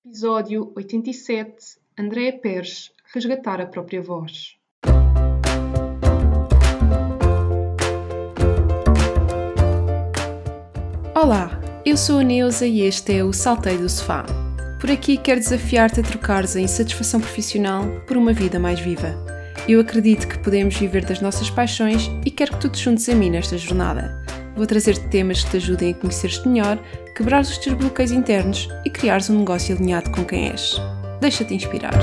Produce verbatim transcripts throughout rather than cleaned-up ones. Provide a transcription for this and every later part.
Episódio oitenta e sete. Andréa Peres, resgatar a própria voz. Olá, eu sou a Neuza e este é o Saltei do Sofá. Por aqui quero desafiar-te a trocares a insatisfação profissional por uma vida mais viva. Eu acredito que podemos viver das nossas paixões e quero que tu te juntes a mim nesta jornada. Vou trazer-te temas que te ajudem a conhecer-te melhor, quebrares os teus bloqueios internos e criares um negócio alinhado com quem és. Deixa-te inspirar.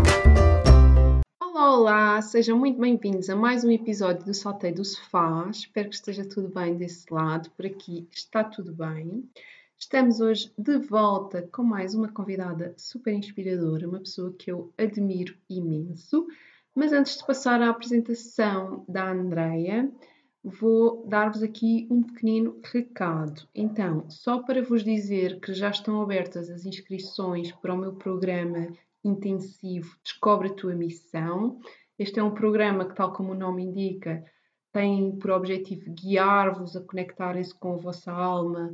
Olá, olá! Sejam muito bem-vindos a mais um episódio do Saltei do Sofá. Espero que esteja tudo bem desse lado. Por aqui está tudo bem. Estamos hoje de volta com mais uma convidada super inspiradora, uma pessoa que eu admiro imenso. Mas antes de passar à apresentação da Andréa, vou dar-vos aqui um pequenino recado. Então, só para vos dizer que já estão abertas as inscrições para o meu programa intensivo Descobre a Tua Missão. Este é um programa que, tal como o nome indica, tem por objetivo guiar-vos a conectarem-se com a vossa alma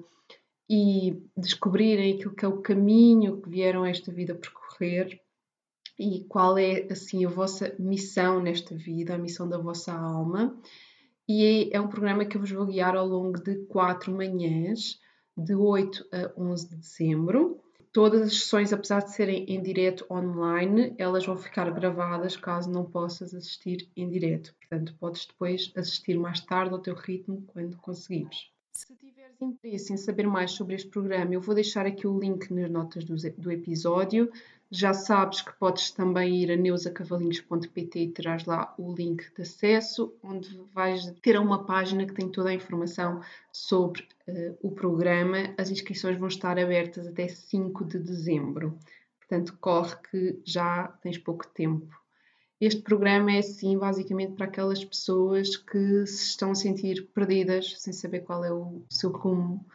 e descobrirem aquilo que é o caminho que vieram a esta vida percorrer e qual é, assim, a vossa missão nesta vida, a missão da vossa alma. E é um programa que eu vos vou guiar ao longo de quatro manhãs, de oito a onze de dezembro. Todas as sessões, apesar de serem em direto online, elas vão ficar gravadas caso não possas assistir em direto. Portanto, podes depois assistir mais tarde ao teu ritmo, quando conseguires. Se tiveres interesse em saber mais sobre este programa, eu vou deixar aqui o link nas notas do, do episódio. Já sabes que podes também ir a neusa cavalinhos ponto pt e terás lá o link de acesso, onde vais ter uma página que tem toda a informação sobre uh, o programa. As inscrições vão estar abertas até cinco de dezembro. Portanto, corre que já tens pouco tempo. Este programa é, assim, basicamente para aquelas pessoas que se estão a sentir perdidas, sem saber qual é o seu rumo,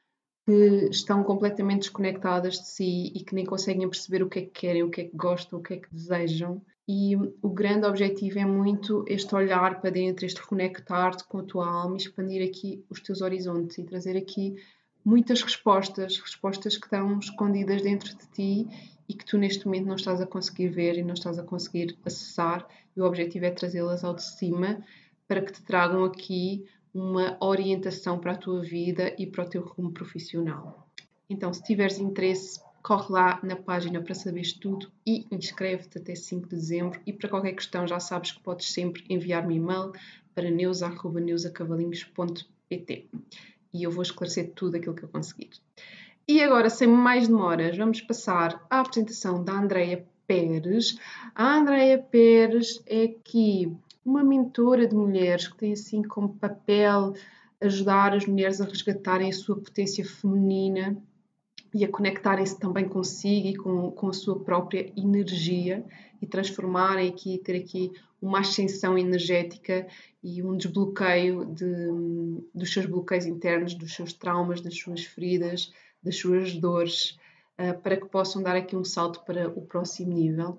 que estão completamente desconectadas de si e que nem conseguem perceber o que é que querem, o que é que gostam, o que é que desejam. E o grande objetivo é muito este olhar para dentro, este reconectar-te com a tua alma e expandir aqui os teus horizontes e trazer aqui muitas respostas, respostas que estão escondidas dentro de ti e que tu neste momento não estás a conseguir ver e não estás a conseguir acessar. E o objetivo é trazê-las ao de cima para que te tragam aqui uma orientação para a tua vida e para o teu rumo profissional. Então, se tiveres interesse, corre lá na página para saberes tudo e inscreve-te até cinco de dezembro. E para qualquer questão já sabes que podes sempre enviar-me e-mail para neusa arroba neusa cavalinhos ponto pt e eu vou esclarecer tudo aquilo que eu conseguir. E agora, sem mais demoras, vamos passar à apresentação da Andréa Peres. A Andréa Peres é aqui uma mentora de mulheres que tem assim como papel ajudar as mulheres a resgatarem a sua potência feminina e a conectarem-se também consigo e com, com a sua própria energia e transformarem aqui, ter aqui uma ascensão energética e um desbloqueio de, dos seus bloqueios internos, dos seus traumas, das suas feridas, das suas dores, uh, para que possam dar aqui um salto para o próximo nível.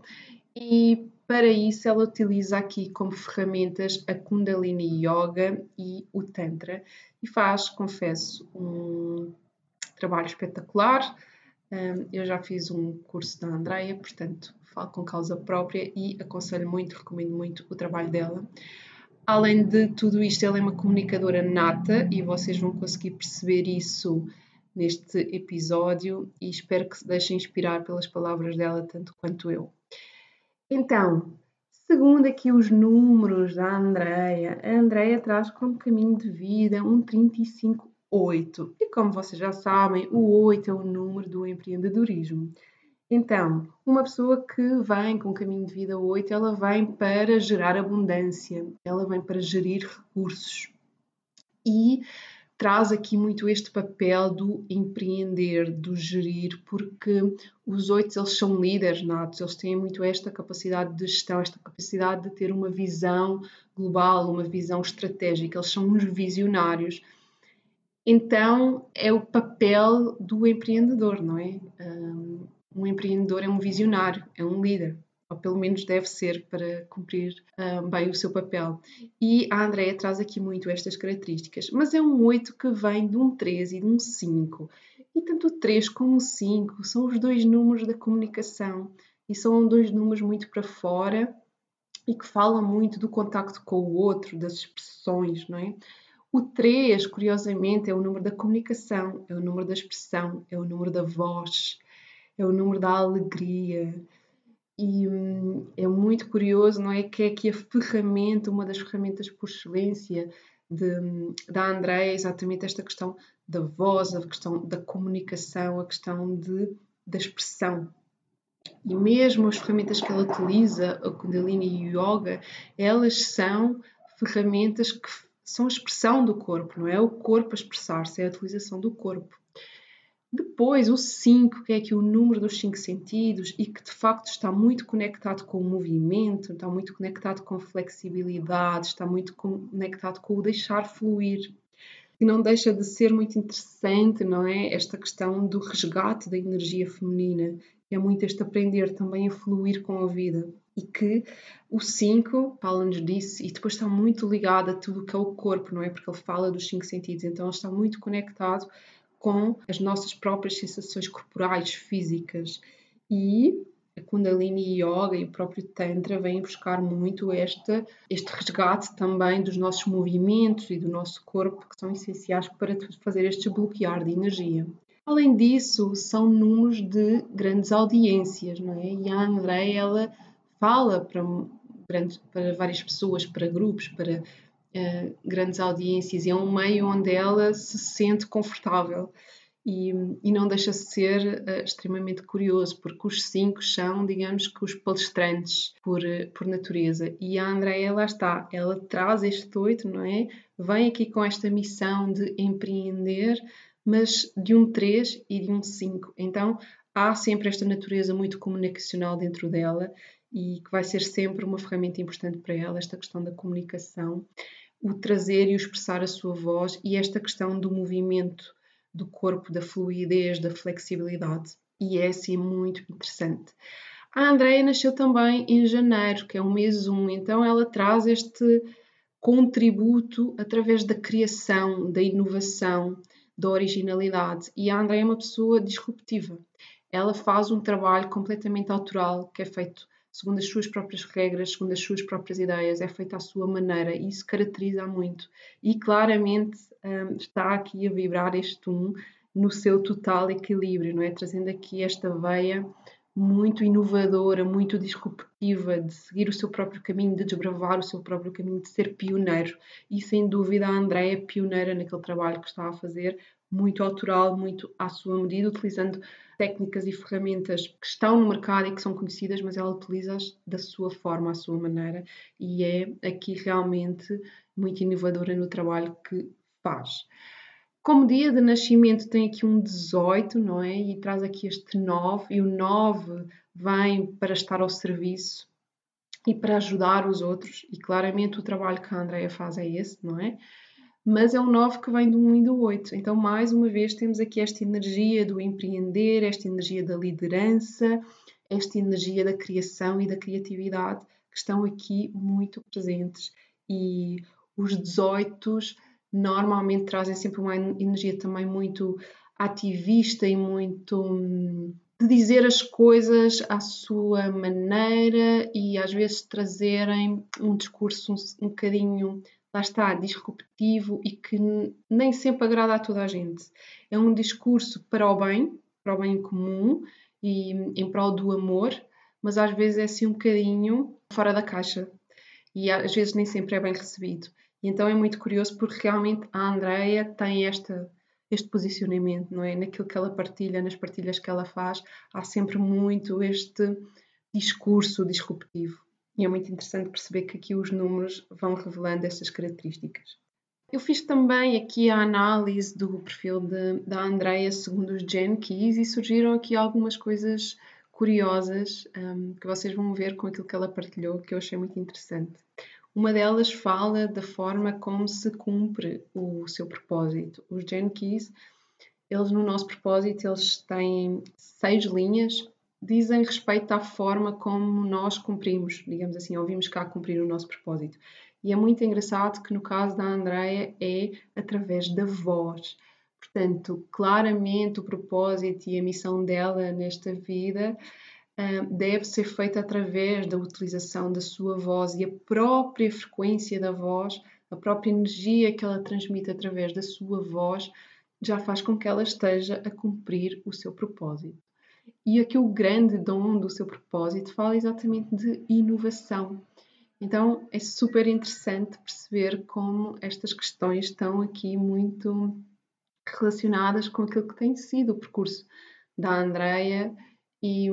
E para isso ela utiliza aqui como ferramentas a Kundalini Yoga e o Tantra e faz, confesso, um trabalho espetacular. Eu já fiz um curso da Andréa, portanto falo com causa própria e aconselho muito, recomendo muito o trabalho dela. Além de tudo isto, ela é uma comunicadora nata e vocês vão conseguir perceber isso neste episódio e espero que se deixem inspirar pelas palavras dela tanto quanto eu. Então, segundo aqui os números da Andréa, a Andréa traz como caminho de vida um trinta e cinco oito. E como vocês já sabem, o oito é o número do empreendedorismo. Então, uma pessoa que vem com o caminho de vida oito, ela vem para gerar abundância, ela vem para gerir recursos e traz aqui muito este papel do empreender, do gerir, porque os oitos, eles são líderes natos, eles têm muito esta capacidade de gestão, esta capacidade de ter uma visão global, uma visão estratégica, eles são uns visionários. Então, é o papel do empreendedor, não é? Um empreendedor é um visionário, é um líder, ou pelo menos deve ser para cumprir uh, bem o seu papel. E a Andréa traz aqui muito estas características, mas é um oito que vem de um treze e de um cinco. E tanto o três como o cinco são os dois números da comunicação e são dois números muito para fora e que falam muito do contacto com o outro, das expressões, não é? O três, curiosamente, é o número da comunicação, é o número da expressão, é o número da voz, é o número da alegria. E hum, é muito curioso, não é? Que é que a ferramenta, uma das ferramentas por excelência de, da Andrea é exatamente esta questão da voz, a questão da comunicação, a questão de, da expressão. E mesmo as ferramentas que ela utiliza, a Kundalini Yoga, elas são ferramentas que são a expressão do corpo, não é o corpo a expressar-se, é a utilização do corpo. Depois, o cinco, que é aqui o número dos cinco sentidos e que de facto está muito conectado com o movimento, está muito conectado com a flexibilidade, está muito conectado com o deixar fluir. E não deixa de ser muito interessante, não é? Esta questão do resgate da energia feminina, que é muito este aprender também a fluir com a vida. E que o cinco, fala-nos disso, e depois está muito ligado a tudo o que é o corpo, não é? Porque ele fala dos cinco sentidos, então ele está muito conectado com as nossas próprias sensações corporais, físicas. E a Kundalini Yoga e o próprio Tantra vêm buscar muito este, este resgate também dos nossos movimentos e do nosso corpo, que são essenciais para fazer este desbloquear de energia. Além disso, são números de grandes audiências, não é? E a Andrea, ela fala para, grandes, para várias pessoas, para grupos, para uh, grandes audiências, e é um meio onde ela se sente confortável. E, e não deixa de ser uh, extremamente curioso, porque os cinco são, digamos que, os palestrantes por, uh, por natureza. E a Andrea, lá está, ela traz este oito, não é? Vem aqui com esta missão de empreender, mas de um três e de um cinco. Então, há sempre esta natureza muito comunicacional dentro dela e que vai ser sempre uma ferramenta importante para ela, esta questão da comunicação, o trazer e o expressar a sua voz e esta questão do movimento do corpo, da fluidez, da flexibilidade. E é assim muito interessante. A Andrea nasceu também em janeiro, que é o mês um, então ela traz este contributo através da criação, da inovação, da originalidade. E a Andrea é uma pessoa disruptiva. Ela faz um trabalho completamente autoral, que é feito segundo as suas próprias regras, segundo as suas próprias ideias, é feito à sua maneira e isso caracteriza muito. E claramente um, está aqui a vibrar este um no seu total equilíbrio, não é? Trazendo aqui esta veia muito inovadora, muito disruptiva, de seguir o seu próprio caminho, de desbravar o seu próprio caminho, de ser pioneiro. E sem dúvida a Andrea é pioneira naquele trabalho que está a fazer, muito autoral, muito à sua medida, utilizando técnicas e ferramentas que estão no mercado e que são conhecidas, mas ela utiliza-as da sua forma, à sua maneira, e é aqui realmente muito inovadora no trabalho que faz. Como dia de nascimento tem aqui um dezoito, não é? E traz aqui este nove, e o nove vem para estar ao serviço e para ajudar os outros, e claramente o trabalho que a Andrea faz é esse, não é? Mas é um nove que vem do um e do oito. Então, mais uma vez, temos aqui esta energia do empreender, esta energia da liderança, esta energia da criação e da criatividade que estão aqui muito presentes. E os dezoitos normalmente trazem sempre uma energia também muito ativista e muito de dizer as coisas à sua maneira e às vezes trazerem um discurso um, um bocadinho, lá está, disruptivo e que nem sempre agrada a toda a gente. É um discurso para o bem, para o bem comum e em prol do amor, mas às vezes é assim um bocadinho fora da caixa e às vezes nem sempre é bem recebido. E então é muito curioso porque realmente a Andrea tem esta, este posicionamento, não é? Naquilo que ela partilha, nas partilhas que ela faz, há sempre muito este discurso disruptivo. E é muito interessante perceber que aqui os números vão revelando estas características. Eu fiz também aqui a análise do perfil de, da Andrea segundo os Gene Keys e surgiram aqui algumas coisas curiosas um, que vocês vão ver com aquilo que ela partilhou, que eu achei muito interessante. Uma delas fala da forma como se cumpre o seu propósito. Os Gene Keys, eles no nosso propósito, eles têm seis linhas, dizem respeito à forma como nós cumprimos, digamos assim, ou vimos cá cumprir o nosso propósito. E é muito engraçado que no caso da Andrea é através da voz. Portanto, claramente o propósito e a missão dela nesta vida uh, deve ser feita através da utilização da sua voz e a própria frequência da voz, a própria energia que ela transmite através da sua voz, já faz com que ela esteja a cumprir o seu propósito. E aqui o grande dom do seu propósito fala exatamente de inovação. Então é super interessante perceber como estas questões estão aqui muito relacionadas com aquilo que tem sido o percurso da Andreia e,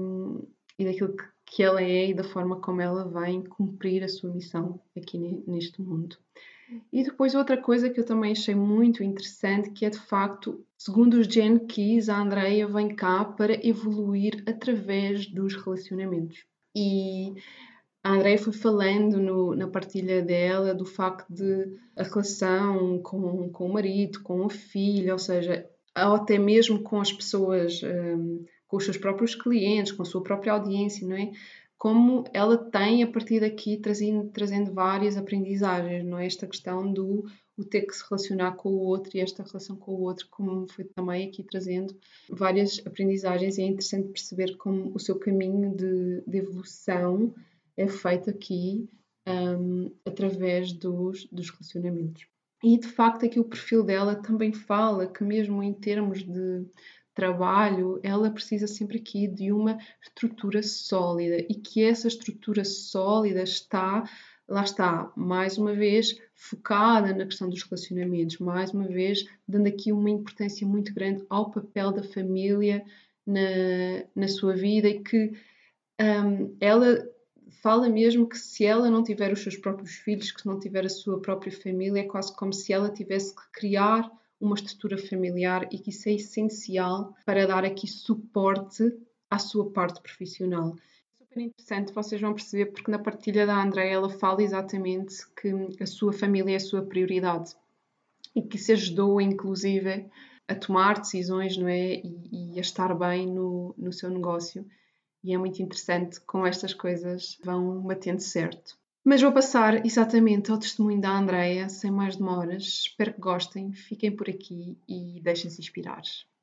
e daquilo que, que ela é e da forma como ela vem cumprir a sua missão aqui neste mundo. E depois outra coisa que eu também achei muito interessante, que é de facto, segundo os Gene Keys, a Andreia vem cá para evoluir através dos relacionamentos. E a Andreia foi falando no, na partilha dela do facto de a relação com, com o marido, com a filha, ou seja, ou até mesmo com as pessoas, um, com os seus próprios clientes, com a sua própria audiência, não é? Como ela tem a partir daqui trazendo, trazendo várias aprendizagens, não é? Esta questão do o ter que se relacionar com o outro e esta relação com o outro, como foi também aqui trazendo várias aprendizagens, e é interessante perceber como o seu caminho de, de evolução é feito aqui um, através dos, dos relacionamentos. E de facto aqui o perfil dela também fala que mesmo em termos de trabalho, ela precisa sempre aqui de uma estrutura sólida e que essa estrutura sólida está, lá está, mais uma vez, focada na questão dos relacionamentos, mais uma vez, dando aqui uma importância muito grande ao papel da família na, na sua vida e que um, ela fala mesmo que se ela não tiver os seus próprios filhos, que se não tiver a sua própria família, é quase como se ela tivesse que criar uma estrutura familiar e que isso é essencial para dar aqui suporte à sua parte profissional. É super interessante, vocês vão perceber, porque na partilha da Andreia ela fala exatamente que a sua família é a sua prioridade e que se ajudou, inclusive, a tomar decisões, não é? E, e a estar bem no, no seu negócio. E é muito interessante como estas coisas vão batendo certo. Mas vou passar exatamente ao testemunho da Andreia, sem mais demoras. Espero que gostem, fiquem por aqui e deixem-se inspirar.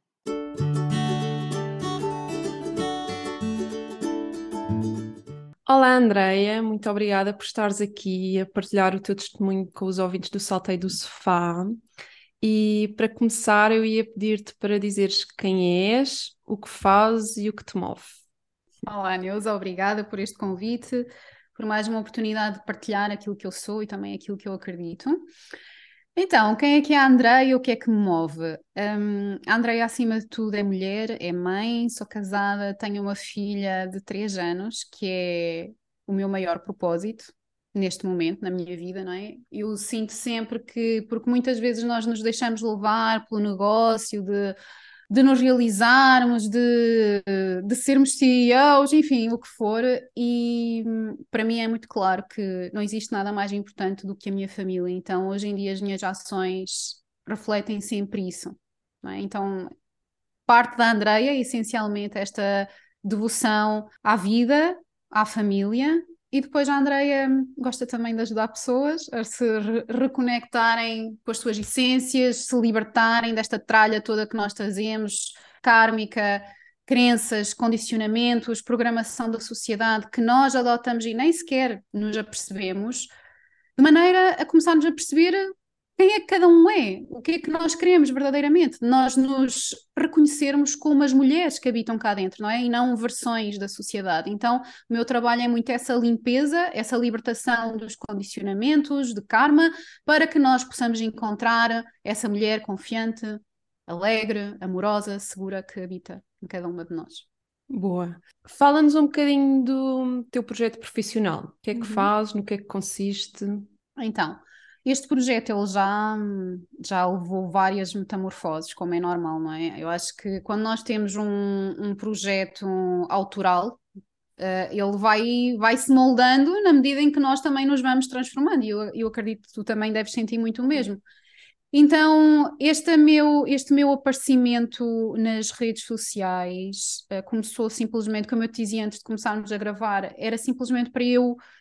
Olá Andreia, muito obrigada por estares aqui a partilhar o teu testemunho com os ouvintes do Salteio do Sofá. E para começar eu ia pedir-te para dizeres quem és, o que fazes e o que te move. Olá Neuza, obrigada por este convite, por mais uma oportunidade de partilhar aquilo que eu sou e também aquilo que eu acredito. Então, quem é que é a Andreia e o que é que me move? Um, a Andreia, acima de tudo, é mulher, é mãe, sou casada, tenho uma filha de três anos, que é o meu maior propósito neste momento, na minha vida, não é? Eu sinto sempre que, porque muitas vezes nós nos deixamos levar pelo negócio de... de nos realizarmos, de, de sermos C E Os, enfim, o que for, e para mim é muito claro que não existe nada mais importante do que a minha família, então hoje em dia as minhas ações refletem sempre isso, não é? Então parte da Andreia é essencialmente esta devoção à vida, à família. E depois a Andreia gosta também de ajudar pessoas a se re reconectarem com as suas essências, se libertarem desta tralha toda que nós trazemos, kármica, crenças, condicionamentos, programação da sociedade que nós adotamos e nem sequer nos apercebemos, de maneira a começarmos a perceber quem é que cada um é, o que é que nós queremos verdadeiramente, nós nos reconhecermos como as mulheres que habitam cá dentro, não é? E não versões da sociedade. Então, o meu trabalho é muito essa limpeza, essa libertação dos condicionamentos, de karma, para que nós possamos encontrar essa mulher confiante, alegre, amorosa, segura que habita em cada uma de nós. Boa. Fala-nos um bocadinho do teu projeto profissional. O que é que Uhum. fazes, no que é que consiste? Então, este projeto ele já, já levou várias metamorfoses, como é normal, não é? Eu acho que quando nós temos um, um projeto autoral, uh, ele vai, vai se moldando na medida em que nós também nos vamos transformando, e eu, eu acredito que tu também deves sentir muito o mesmo. Então, este meu, este meu aparecimento nas redes sociais uh, começou simplesmente, como eu te dizia antes de começarmos a gravar, era simplesmente para eu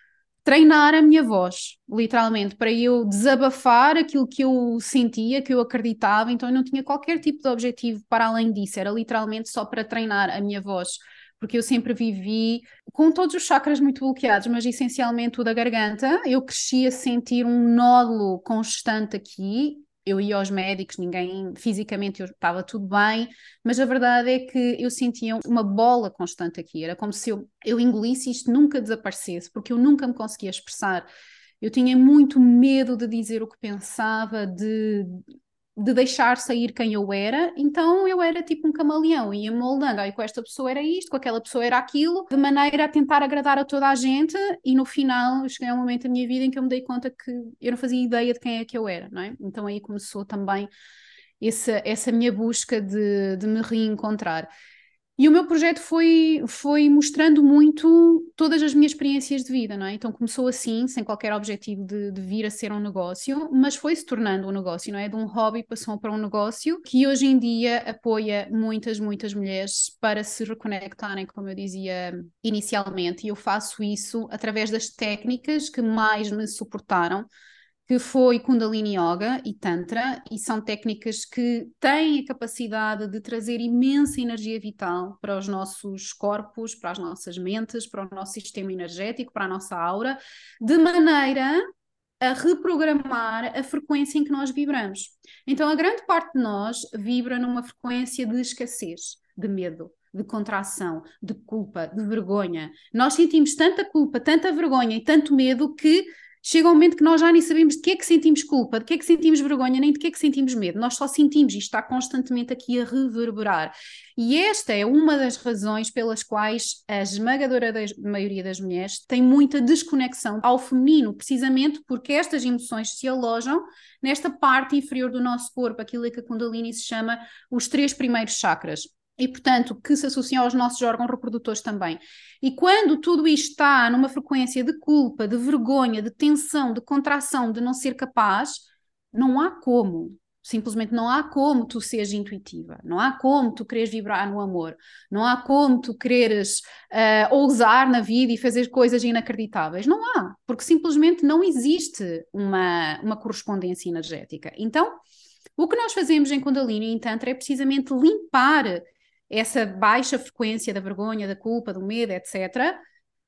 treinar a minha voz, literalmente, para eu desabafar aquilo que eu sentia, que eu acreditava, então eu não tinha qualquer tipo de objetivo para além disso, era literalmente só para treinar a minha voz, porque eu sempre vivi com todos os chakras muito bloqueados, mas essencialmente o da garganta. Eu cresci a sentir um nódulo constante aqui. Eu ia aos médicos, ninguém, fisicamente eu estava tudo bem, mas a verdade é que eu sentia uma bola constante aqui, era como se eu, eu engolisse e isto nunca desaparecesse, porque eu nunca me conseguia expressar. Eu tinha muito medo de dizer o que pensava, de, de deixar sair quem eu era, então eu era tipo um camaleão, ia moldando, aí com esta pessoa era isto, com aquela pessoa era aquilo, de maneira a tentar agradar a toda a gente, e no final eu cheguei a um momento da minha vida em que eu me dei conta que eu não fazia ideia de quem é que eu era, não é? Então aí começou também essa, essa minha busca de, de me reencontrar. E o meu projeto foi, foi mostrando muito todas as minhas experiências de vida, não é? Então começou assim, sem qualquer objetivo de, de vir a ser um negócio, mas foi se tornando um negócio, não é? De um hobby passou para um negócio que hoje em dia apoia muitas, muitas mulheres para se reconectarem, como eu dizia inicialmente, e eu faço isso através das técnicas que mais me suportaram, que foi Kundalini Yoga e Tantra, e são técnicas que têm a capacidade de trazer imensa energia vital para os nossos corpos, para as nossas mentes, para o nosso sistema energético, para a nossa aura, de maneira a reprogramar a frequência em que nós vibramos. Então, a grande parte de nós vibra numa frequência de escassez, de medo, de contração, de culpa, de vergonha. Nós sentimos tanta culpa, tanta vergonha e tanto medo que chega um momento que nós já nem sabemos de que é que sentimos culpa, de que é que sentimos vergonha, nem de que é que sentimos medo. Nós só sentimos, isto está constantemente aqui a reverberar. E esta é uma das razões pelas quais a esmagadora das, maioria das mulheres tem muita desconexão ao feminino, precisamente porque estas emoções se alojam nesta parte inferior do nosso corpo, aquilo que a Kundalini se chama os três primeiros chakras. E, portanto, que se associam aos nossos órgãos reprodutores também. E quando tudo isto está numa frequência de culpa, de vergonha, de tensão, de contração, de não ser capaz, não há como. Simplesmente não há como tu seres intuitiva, não há como tu quereres vibrar no amor, não há como tu quereres uh, ousar na vida e fazer coisas inacreditáveis. Não há, porque simplesmente não existe uma, uma correspondência energética. Então, o que nós fazemos em Kundalini e em Tantra é precisamente limpar essa baixa frequência da vergonha, da culpa, do medo, etcétera,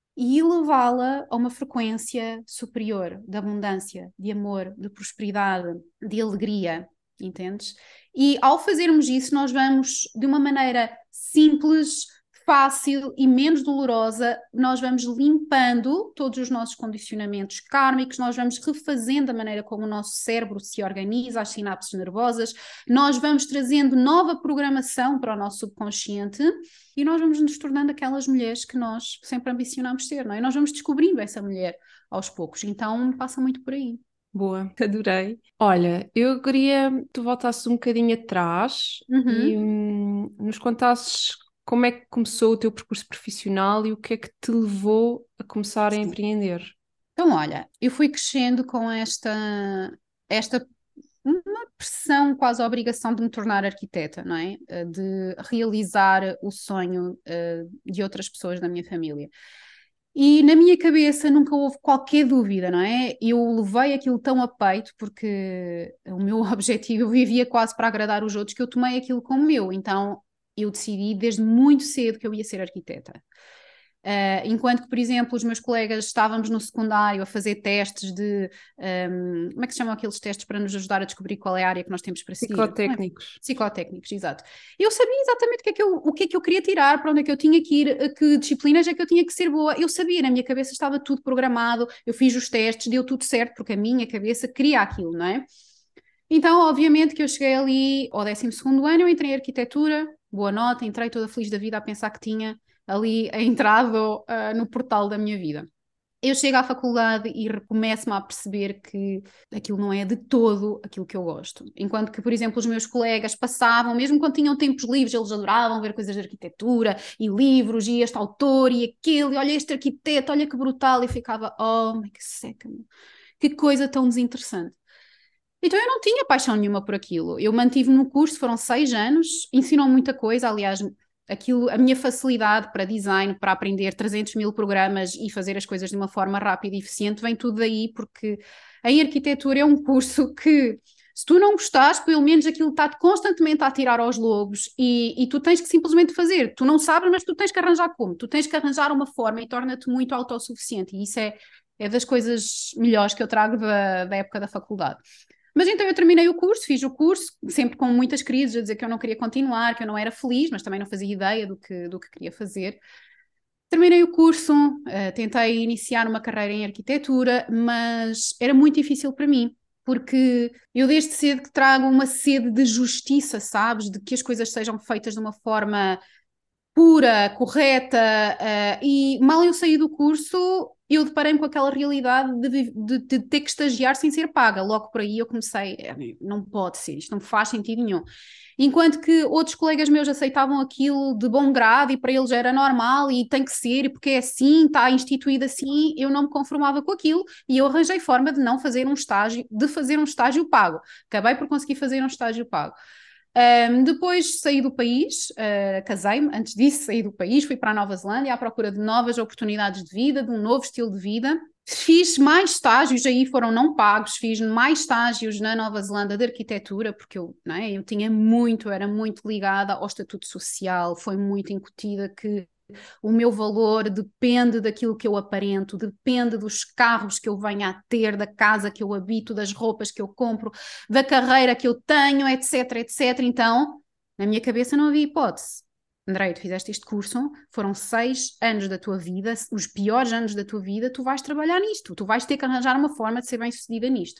e levá-la a uma frequência superior, de abundância, de amor, de prosperidade, de alegria, entendes? E ao fazermos isso, nós vamos, de uma maneira simples, fácil e menos dolorosa, nós vamos limpando todos os nossos condicionamentos kármicos, nós vamos refazendo a maneira como o nosso cérebro se organiza, as sinapses nervosas, nós vamos trazendo nova programação para o nosso subconsciente e nós vamos nos tornando aquelas mulheres que nós sempre ambicionamos ser, não é? E nós vamos descobrindo essa mulher aos poucos, então passa muito por aí. Boa, adorei. Olha, eu queria que tu voltasses um bocadinho atrás Uhum. e hum, nos contasses como é que começou o teu percurso profissional e o que é que te levou a começar a empreender? Então, olha, eu fui crescendo com esta, esta uma pressão, quase a obrigação de me tornar arquiteta, não é? De realizar o sonho uh, de outras pessoas da minha família. E na minha cabeça nunca houve qualquer dúvida, não é? Eu levei aquilo tão a peito porque o meu objetivo, eu vivia quase para agradar os outros, que eu tomei aquilo como meu. Então eu decidi desde muito cedo que eu ia ser arquiteta. Uh, enquanto que, por exemplo, os meus colegas estávamos no secundário a fazer testes de, um, como é que se chamam aqueles testes para nos ajudar a descobrir qual é a área que nós temos para seguir? Psicotécnicos. É? Psicotécnicos, exato. Eu sabia exatamente o que, é que eu, o que é que eu queria tirar, para onde é que eu tinha que ir, que disciplinas é que eu tinha que ser boa. Eu sabia, na minha cabeça estava tudo programado, eu fiz os testes, deu tudo certo, porque a minha cabeça queria aquilo, não é? Então, obviamente que eu cheguei ali ao décimo segundo ano, eu entrei em arquitetura, boa nota, entrei toda feliz da vida a pensar que tinha ali entrado uh, no portal da minha vida. Eu chego à faculdade e começo-me a perceber que aquilo não é de todo aquilo que eu gosto. Enquanto que, por exemplo, os meus colegas passavam, mesmo quando tinham tempos livres, eles adoravam ver coisas de arquitetura e livros e este autor e aquele, e olha este arquiteto, olha que brutal, e ficava, oh, que seca, que coisa tão desinteressante. Então eu não tinha paixão nenhuma por aquilo. Eu mantive-me no curso, foram seis anos, ensinou muita coisa, aliás, Aquilo, a minha facilidade para design, para aprender trezentos mil programas e fazer as coisas de uma forma rápida e eficiente, vem tudo daí, porque em arquitetura é um curso que, se tu não gostares, pelo menos aquilo está-te constantemente a tirar aos lobos e, e tu tens que simplesmente fazer. Tu não sabes, mas tu tens que arranjar como. Tu tens que arranjar uma forma e torna-te muito autossuficiente. E isso é, é das coisas melhores que eu trago da, da época da faculdade. Mas então eu terminei o curso, fiz o curso, sempre com muitas crises, a dizer que eu não queria continuar, que eu não era feliz, mas também não fazia ideia do que, do que queria fazer. Terminei o curso, uh, tentei iniciar uma carreira em arquitetura, mas era muito difícil para mim, porque eu desde cedo que trago uma sede de justiça, sabes? De que as coisas sejam feitas de uma forma pura, correta, uh, e mal eu saí do curso, eu deparei-me com aquela realidade de, de, de ter que estagiar sem ser paga. Logo por aí eu comecei, não pode ser, isto não faz sentido nenhum. Enquanto que outros colegas meus aceitavam aquilo de bom grado e para eles era normal e tem que ser, e porque é assim, está instituído assim, eu não me conformava com aquilo e eu arranjei forma de não fazer um estágio, de fazer um estágio pago. Acabei por conseguir fazer um estágio pago. Um, depois saí do país, uh, casei-me, antes disso saí do país, fui para a Nova Zelândia à procura de novas oportunidades de vida, de um novo estilo de vida. Fiz mais estágios, aí foram não pagos, fiz mais estágios na Nova Zelândia de arquitetura, porque eu, não é, eu tinha muito, era muito ligada ao estatuto social, foi muito incutida que o meu valor depende daquilo que eu aparento, depende dos carros que eu venha a ter, da casa que eu habito, das roupas que eu compro, da carreira que eu tenho, etc, etc. Então, na minha cabeça não havia hipótese. Andrei, tu fizeste este curso, foram seis anos da tua vida, os piores anos da tua vida, tu vais trabalhar nisto, tu vais ter que arranjar uma forma de ser bem-sucedida nisto.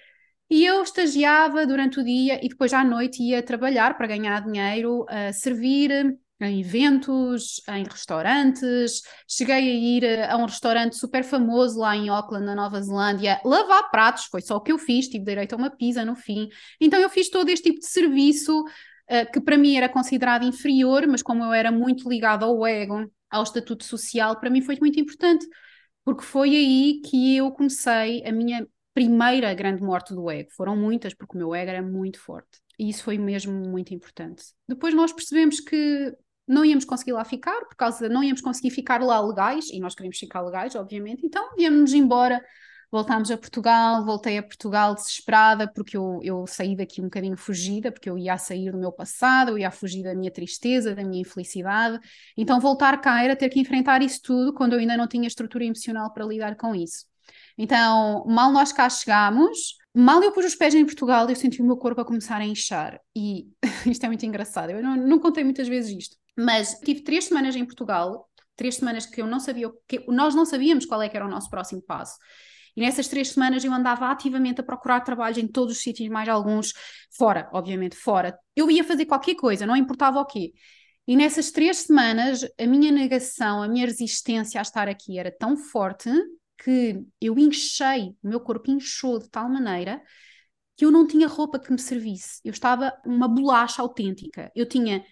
E eu estagiava durante o dia e depois à noite ia trabalhar para ganhar dinheiro, a servir em eventos, em restaurantes. Cheguei a ir a um restaurante super famoso lá em Auckland, na Nova Zelândia, lavar pratos, foi só o que eu fiz, tive direito a uma pizza no fim. Então eu fiz todo este tipo de serviço uh, que para mim era considerado inferior, mas como eu era muito ligada ao ego, ao estatuto social, para mim foi muito importante, porque foi aí que eu comecei a minha primeira grande morte do ego. Foram muitas, porque o meu ego era muito forte. E isso foi mesmo muito importante. Depois nós percebemos que não íamos conseguir lá ficar, por causa não íamos conseguir ficar lá legais, e nós queríamos ficar legais, obviamente, então viemos embora, voltámos a Portugal, voltei a Portugal desesperada, porque eu, eu saí daqui um bocadinho fugida, porque eu ia a sair do meu passado, eu ia a fugir da minha tristeza, da minha infelicidade, então voltar cá era ter que enfrentar isso tudo, quando eu ainda não tinha estrutura emocional para lidar com isso. Então, mal nós cá chegámos, mal eu pus os pés em Portugal, eu senti o meu corpo a começar a inchar. E isto é muito engraçado, eu não, não contei muitas vezes isto, mas tive três semanas em Portugal, três semanas que eu não sabia, que nós não sabíamos qual é que era o nosso próximo passo. E nessas três semanas eu andava ativamente a procurar trabalhos em todos os sítios, mais alguns fora, obviamente, fora. Eu ia fazer qualquer coisa, não importava o quê. E nessas três semanas a minha negação, a minha resistência a estar aqui era tão forte que eu inchei, o meu corpo inchou de tal maneira que eu não tinha roupa que me servisse. Eu estava uma bolacha autêntica. Eu tinha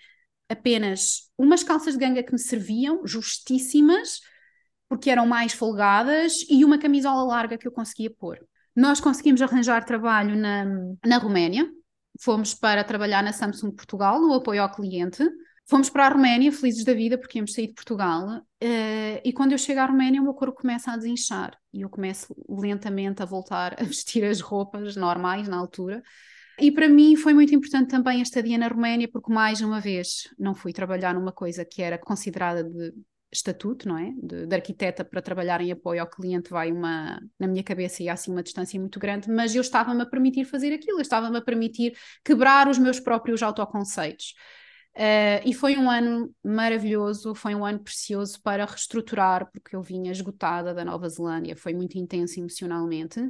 apenas umas calças de ganga que me serviam, justíssimas, porque eram mais folgadas, e uma camisola larga que eu conseguia pôr. Nós conseguimos arranjar trabalho na, na Roménia, fomos para trabalhar na Samsung Portugal, no apoio ao cliente. Fomos para a Roménia, felizes da vida, porque íamos sair de Portugal, uh, e quando eu chego à Roménia o meu corpo começa a desinchar, e eu começo lentamente a voltar a vestir as roupas normais na altura. E para mim foi muito importante também a estadia na Roménia, porque mais uma vez não fui trabalhar numa coisa que era considerada de estatuto, não é? De, de arquiteta para trabalhar em apoio ao cliente vai uma, na minha cabeça ia assim uma distância muito grande, mas eu estava-me a permitir fazer aquilo, eu estava-me a permitir quebrar os meus próprios autoconceitos. Uh, e foi um ano maravilhoso, foi um ano precioso para reestruturar, porque eu vinha esgotada da Nova Zelândia, foi muito intenso emocionalmente.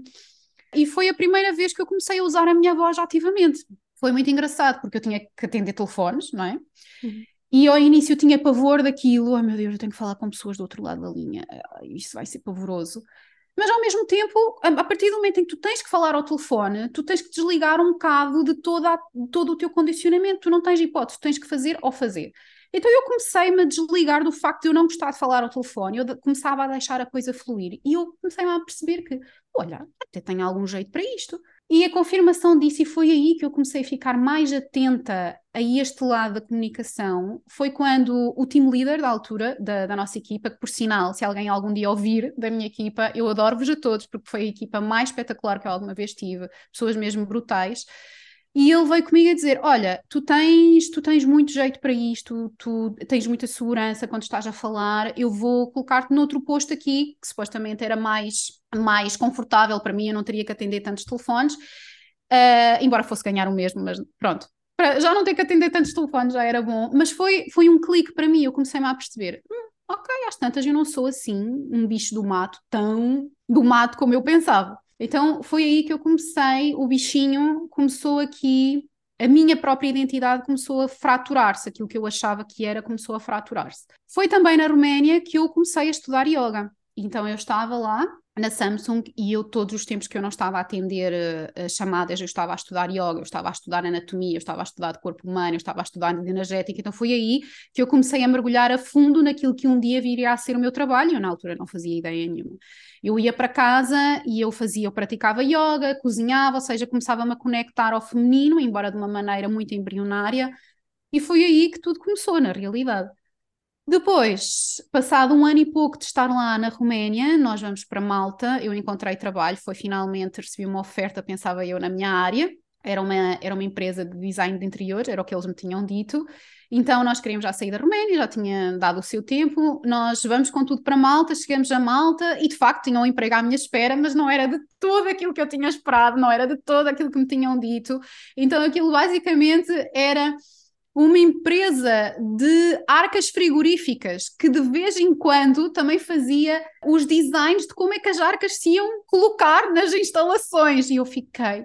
E foi a primeira vez que eu comecei a usar a minha voz ativamente. Foi muito engraçado, porque eu tinha que atender telefones, não é? Uhum. E ao início eu tinha pavor daquilo, oh meu Deus, eu tenho que falar com pessoas do outro lado da linha, isso vai ser pavoroso. Mas ao mesmo tempo, a partir do momento em que tu tens que falar ao telefone, tu tens que desligar um bocado de, toda a, de todo o teu condicionamento, tu não tens hipótese, tu tens que fazer ou fazer. Então eu comecei-me a desligar do facto de eu não gostar de falar ao telefone, eu começava a deixar a coisa fluir, e eu comecei a perceber que, olha, até tenho algum jeito para isto. E a confirmação disso, e foi aí que eu comecei a ficar mais atenta a este lado da comunicação, foi quando o team leader da altura, da, da nossa equipa, que por sinal, se alguém algum dia ouvir da minha equipa, eu adoro-vos a todos, porque foi a equipa mais espetacular que eu alguma vez tive, pessoas mesmo brutais, e ele veio comigo a dizer, olha, tu tens, tu tens muito jeito para isto, tu tens muita segurança quando estás a falar, eu vou colocar-te noutro posto aqui, que supostamente era mais, mais confortável para mim, eu não teria que atender tantos telefones, uh, embora fosse ganhar o mesmo, mas pronto, para já não ter que atender tantos telefones já era bom, mas foi, foi um clique para mim, eu comecei-me a perceber, hum, ok, às tantas eu não sou assim, um bicho do mato, tão do mato como eu pensava. Então foi aí que eu comecei, o bichinho começou aqui, a minha própria identidade começou a fraturar-se, aquilo que eu achava que era começou a fraturar-se. Foi também na Roménia que eu comecei a estudar yoga. Então eu estava lá na Samsung e eu todos os tempos que eu não estava a atender uh, chamadas, eu estava a estudar yoga, eu estava a estudar anatomia, eu estava a estudar de corpo humano, eu estava a estudar energética, então foi aí que eu comecei a mergulhar a fundo naquilo que um dia viria a ser o meu trabalho, eu na altura não fazia ideia nenhuma. Eu ia para casa e eu fazia, eu praticava yoga, cozinhava, ou seja, começava-me a conectar ao feminino, embora de uma maneira muito embrionária, e foi aí que tudo começou, na realidade. Depois, passado um ano e pouco de estar lá na Roménia, nós vamos para Malta, eu encontrei trabalho, foi finalmente, recebi uma oferta, pensava eu, na minha área, era uma, era uma empresa de design de interiores, era o que eles me tinham dito, então nós queríamos já sair da Roménia, já tinha dado o seu tempo, nós vamos com tudo para Malta, chegamos a Malta e de facto tinham um emprego à minha espera, mas não era de todo aquilo que eu tinha esperado, não era de todo aquilo que me tinham dito, então aquilo basicamente era uma empresa de arcas frigoríficas que de vez em quando também fazia os designs de como é que as arcas se iam colocar nas instalações. E eu fiquei,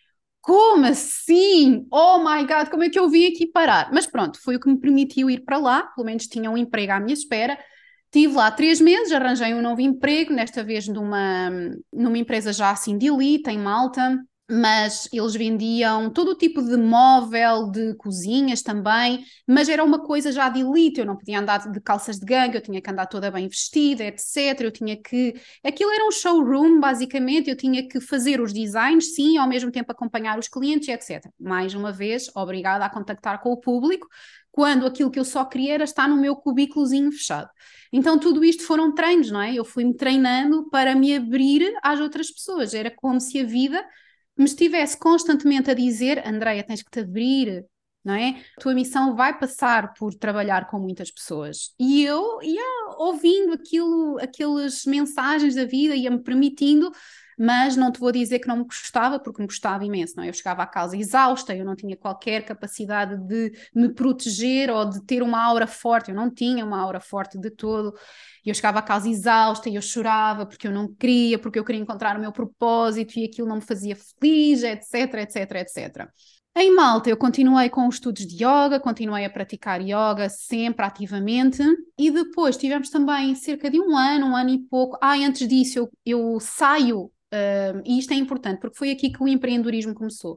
como assim? Oh my God, como é que eu vim aqui parar? Mas pronto, foi o que me permitiu ir para lá, pelo menos tinha um emprego à minha espera. Estive lá três meses, arranjei um novo emprego, nesta vez numa, numa empresa já assim de elite, em Malta, mas eles vendiam todo o tipo de móvel, de cozinhas também, mas era uma coisa já de elite, eu não podia andar de calças de gangue, eu tinha que andar toda bem vestida, etcétera. Eu tinha que... Aquilo era um showroom, basicamente, eu tinha que fazer os designs, sim, ao mesmo tempo acompanhar os clientes, etcétera. Mais uma vez, obrigada a contactar com o público, quando aquilo que eu só queria era estar no meu cubículozinho fechado. Então tudo isto foram treinos, não é? Eu fui-me treinando para me abrir às outras pessoas, era como se a vida me estivesse constantemente a dizer, Andreia, tens que te abrir, não é? A tua missão vai passar por trabalhar com muitas pessoas. E eu ia ouvindo aquilo, aquelas mensagens da vida, ia-me permitindo, mas não te vou dizer que não me gostava, porque me gostava imenso, não é? Eu chegava à casa exausta, eu não tinha qualquer capacidade de me proteger ou de ter uma aura forte, eu não tinha uma aura forte de todo. E eu chegava a casa exausta e eu chorava porque eu não queria, porque eu queria encontrar o meu propósito e aquilo não me fazia feliz, etc, etc, etcétera. Em Malta eu continuei com os estudos de yoga, continuei a praticar yoga sempre ativamente e depois tivemos também cerca de um ano, um ano e pouco. Ah, e antes disso eu, eu saio, uh, e isto é importante porque foi aqui que o empreendedorismo começou.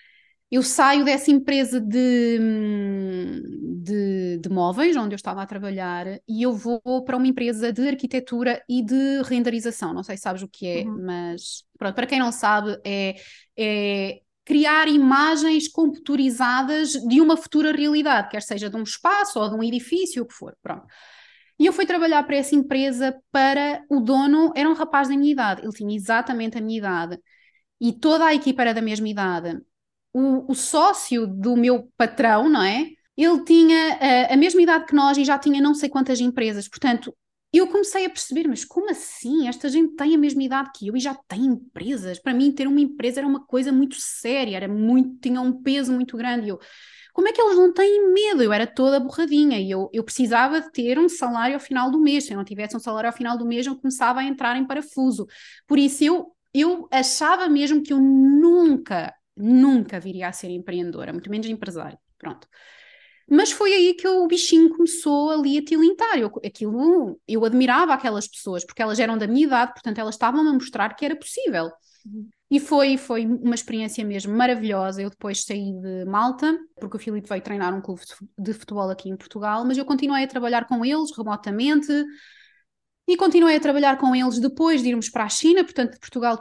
Eu saio dessa empresa de, de, de móveis, onde eu estava a trabalhar, e eu vou para uma empresa de arquitetura e de renderização. Não sei se sabes o que é, Uhum. mas pronto, para quem não sabe, é, é criar imagens computarizadas de uma futura realidade, quer seja de um espaço ou de um edifício, o que for. Pronto. E eu fui trabalhar para essa empresa para o dono, era um rapaz da minha idade, ele tinha exatamente a minha idade, e toda a equipa era da mesma idade. O, o sócio do meu patrão, não é? Ele tinha uh, a mesma idade que nós e já tinha não sei quantas empresas. Portanto, eu comecei a perceber, mas como assim? Esta gente tem a mesma idade que eu e já tem empresas. Para mim, ter uma empresa era uma coisa muito séria, era muito, tinha um peso muito grande. Eu, como é que eles não têm medo? Eu era toda borradinha e eu, eu precisava de ter um salário ao final do mês. Se eu não tivesse um salário ao final do mês, eu começava a entrar em parafuso. Por isso, eu, eu achava mesmo que eu nunca... nunca viria a ser empreendedora, muito menos empresária, pronto. Mas foi aí que o bichinho começou ali a tilintar. Eu, aquilo, eu admirava aquelas pessoas, porque elas eram da minha idade, portanto elas estavam a mostrar que era possível. Uhum. E foi, foi uma experiência mesmo maravilhosa. Eu depois saí de Malta, porque o Filipe veio treinar um clube de futebol aqui em Portugal, mas eu continuei a trabalhar com eles remotamente, e continuei a trabalhar com eles depois de irmos para a China, portanto de Portugal depois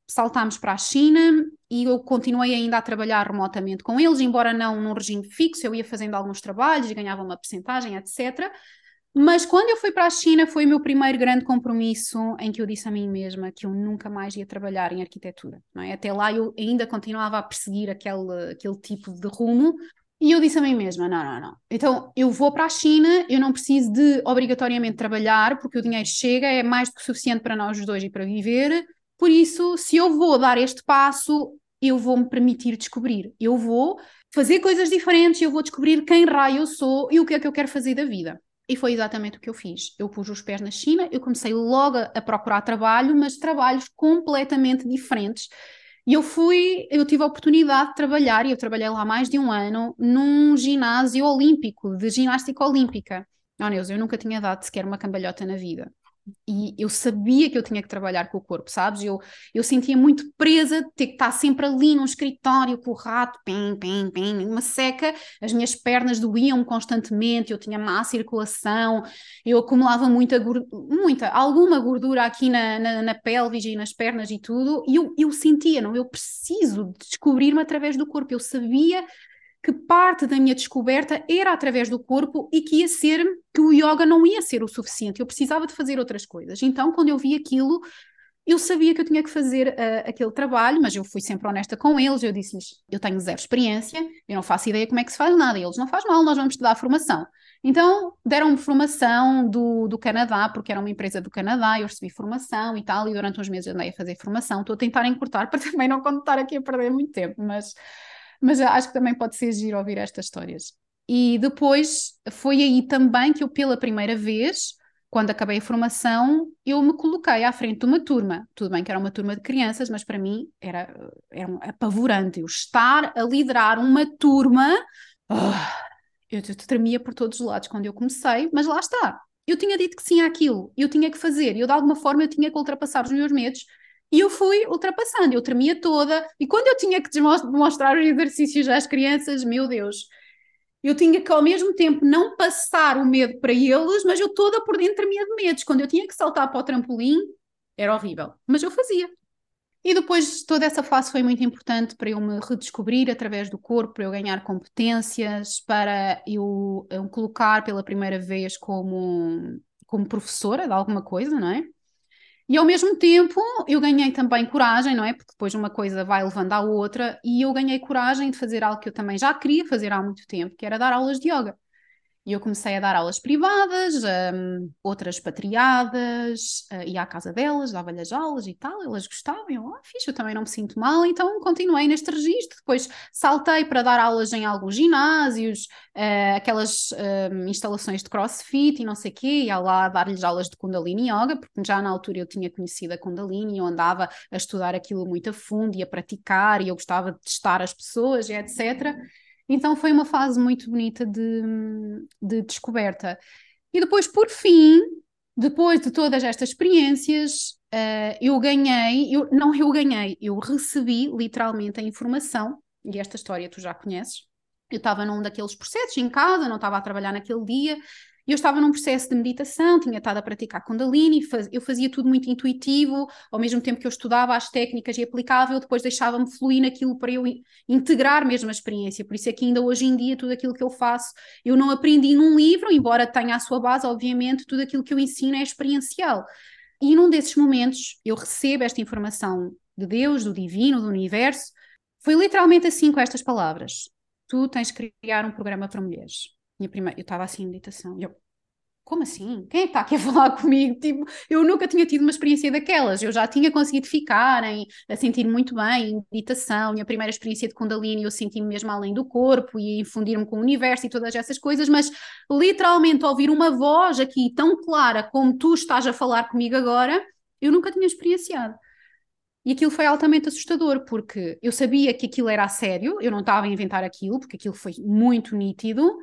saltámos para a China e eu continuei ainda a trabalhar remotamente com eles, embora não num regime fixo, eu ia fazendo alguns trabalhos e ganhava uma percentagem, etcétera. Mas quando eu fui para a China foi o meu primeiro grande compromisso em que eu disse a mim mesma que eu nunca mais ia trabalhar em arquitetura, não é? Até lá eu ainda continuava a perseguir aquele, aquele tipo de rumo e eu disse a mim mesma, não, não, não. Então eu vou para a China, eu não preciso de obrigatoriamente trabalhar porque o dinheiro chega, é mais do que suficiente para nós os dois e para viver, por isso se eu vou dar este passo, eu vou me permitir descobrir, eu vou fazer coisas diferentes, eu vou descobrir quem raio eu sou e o que é que eu quero fazer da vida. E foi exatamente o que eu fiz. Eu pus os pés na China, eu comecei logo a procurar trabalho, mas trabalhos completamente diferentes. E eu fui, eu tive a oportunidade de trabalhar, e eu trabalhei lá mais de um ano, num ginásio olímpico, de ginástica olímpica. Oh, Neuza, eu nunca tinha dado sequer uma cambalhota na vida. E eu sabia que eu tinha que trabalhar com o corpo, sabes? Eu, eu sentia muito presa de ter que estar sempre ali num escritório com o rato, pim, pim, pim, uma seca, as minhas pernas doíam constantemente, eu tinha má circulação, eu acumulava muita, muita alguma gordura aqui na, na, na pelvis e nas pernas e tudo, e eu, eu sentia, não, eu preciso descobrir-me através do corpo, eu sabia que parte da minha descoberta era através do corpo e que ia ser, que o yoga não ia ser o suficiente, eu precisava de fazer outras coisas. Então, quando eu vi aquilo, eu sabia que eu tinha que fazer uh, aquele trabalho, mas eu fui sempre honesta com eles, eu disse-lhes, eu tenho zero experiência, eu não faço ideia como é que se faz nada, e eles, não faz mal, nós vamos te dar formação. Então, deram-me formação do, do Canadá, porque era uma empresa do Canadá, eu recebi formação e tal, e durante uns meses andei a fazer formação, estou a tentar encurtar para também não estar aqui a perder muito tempo, mas... mas acho que também pode ser giro ouvir estas histórias. E depois foi aí também que eu, pela primeira vez, quando acabei a formação, eu me coloquei à frente de uma turma. Tudo bem que era uma turma de crianças, mas para mim era, era um apavorante. Eu estar a liderar uma turma, oh, eu, eu tremia por todos os lados quando eu comecei, mas lá está. Eu tinha dito que sim àquilo, eu tinha que fazer, eu de alguma forma eu tinha que ultrapassar os meus medos. E eu fui ultrapassando, eu tremia toda, e quando eu tinha que demonstrar os exercícios às crianças, meu Deus, eu tinha que ao mesmo tempo não passar o medo para eles, mas eu toda por dentro tremia de medos. Quando eu tinha que saltar para o trampolim, era horrível, mas eu fazia. E depois toda essa fase foi muito importante para eu me redescobrir através do corpo, para eu ganhar competências, para eu, eu colocar pela primeira vez como, como professora de alguma coisa, não é? E ao mesmo tempo eu ganhei também coragem, não é? Porque depois uma coisa vai levando à outra, e eu ganhei coragem de fazer algo que eu também já queria fazer há muito tempo, que era dar aulas de yoga. E eu comecei a dar aulas privadas, um, outras patriadas, uh, ia à casa delas, dava-lhes aulas e tal, elas gostavam, eu, ah, fixe, eu também não me sinto mal, então continuei neste registro, depois saltei para dar aulas em alguns ginásios, uh, aquelas um, instalações de crossfit e não sei o quê, ia lá dar-lhes aulas de Kundalini Yoga, porque já na altura eu tinha conhecido a Kundalini, eu andava a estudar aquilo muito a fundo e a praticar, e eu gostava de testar as pessoas e etcétera. Então foi uma fase muito bonita de, de descoberta. E depois, por fim, depois de todas estas experiências, uh, eu ganhei, eu, não eu ganhei, eu recebi literalmente a informação, e esta história tu já conheces. Eu estava num daqueles processos em casa, não estava a trabalhar naquele dia, e eu estava num processo de meditação, tinha estado a praticar Kundalini, faz, eu fazia tudo muito intuitivo, ao mesmo tempo que eu estudava as técnicas e aplicava, eu depois deixava-me fluir naquilo para eu integrar mesmo a experiência. Por isso é que ainda hoje em dia tudo aquilo que eu faço, eu não aprendi num livro, embora tenha a sua base, obviamente, tudo aquilo que eu ensino é experiencial. E num desses momentos eu recebo esta informação de Deus, do divino, do universo, foi literalmente assim com estas palavras: tu tens que criar um programa para mulheres. Minha primeira, eu estava assim em meditação, eu, como assim? Quem é que está aqui a falar comigo? Tipo, eu nunca tinha tido uma experiência daquelas, eu já tinha conseguido ficar em, a sentir muito bem em meditação, minha primeira experiência de Kundalini eu senti-me mesmo além do corpo e infundir-me com o universo e todas essas coisas, mas literalmente ouvir uma voz aqui tão clara como tu estás a falar comigo agora, eu nunca tinha experienciado. E aquilo foi altamente assustador, porque eu sabia que aquilo era a sério, eu não estava a inventar aquilo, porque aquilo foi muito nítido,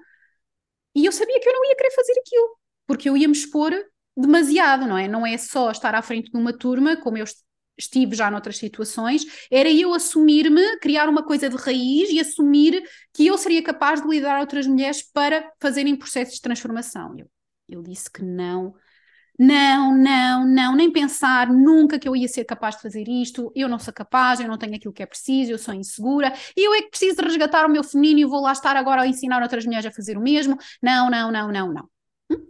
e eu sabia que eu não ia querer fazer aquilo, porque eu ia me expor demasiado, não é? Não é só estar à frente de uma turma, como eu estive já noutras situações, era eu assumir-me, criar uma coisa de raiz e assumir que eu seria capaz de liderar outras mulheres para fazerem processos de transformação. Eu, eu disse que não, não, não, não, nem pensar nunca que eu ia ser capaz de fazer isto, eu não sou capaz, eu não tenho aquilo que é preciso, eu sou insegura, e eu é que preciso de resgatar o meu feminino e vou lá estar agora a ensinar outras mulheres a fazer o mesmo. Não, não, não, não, não. Hum?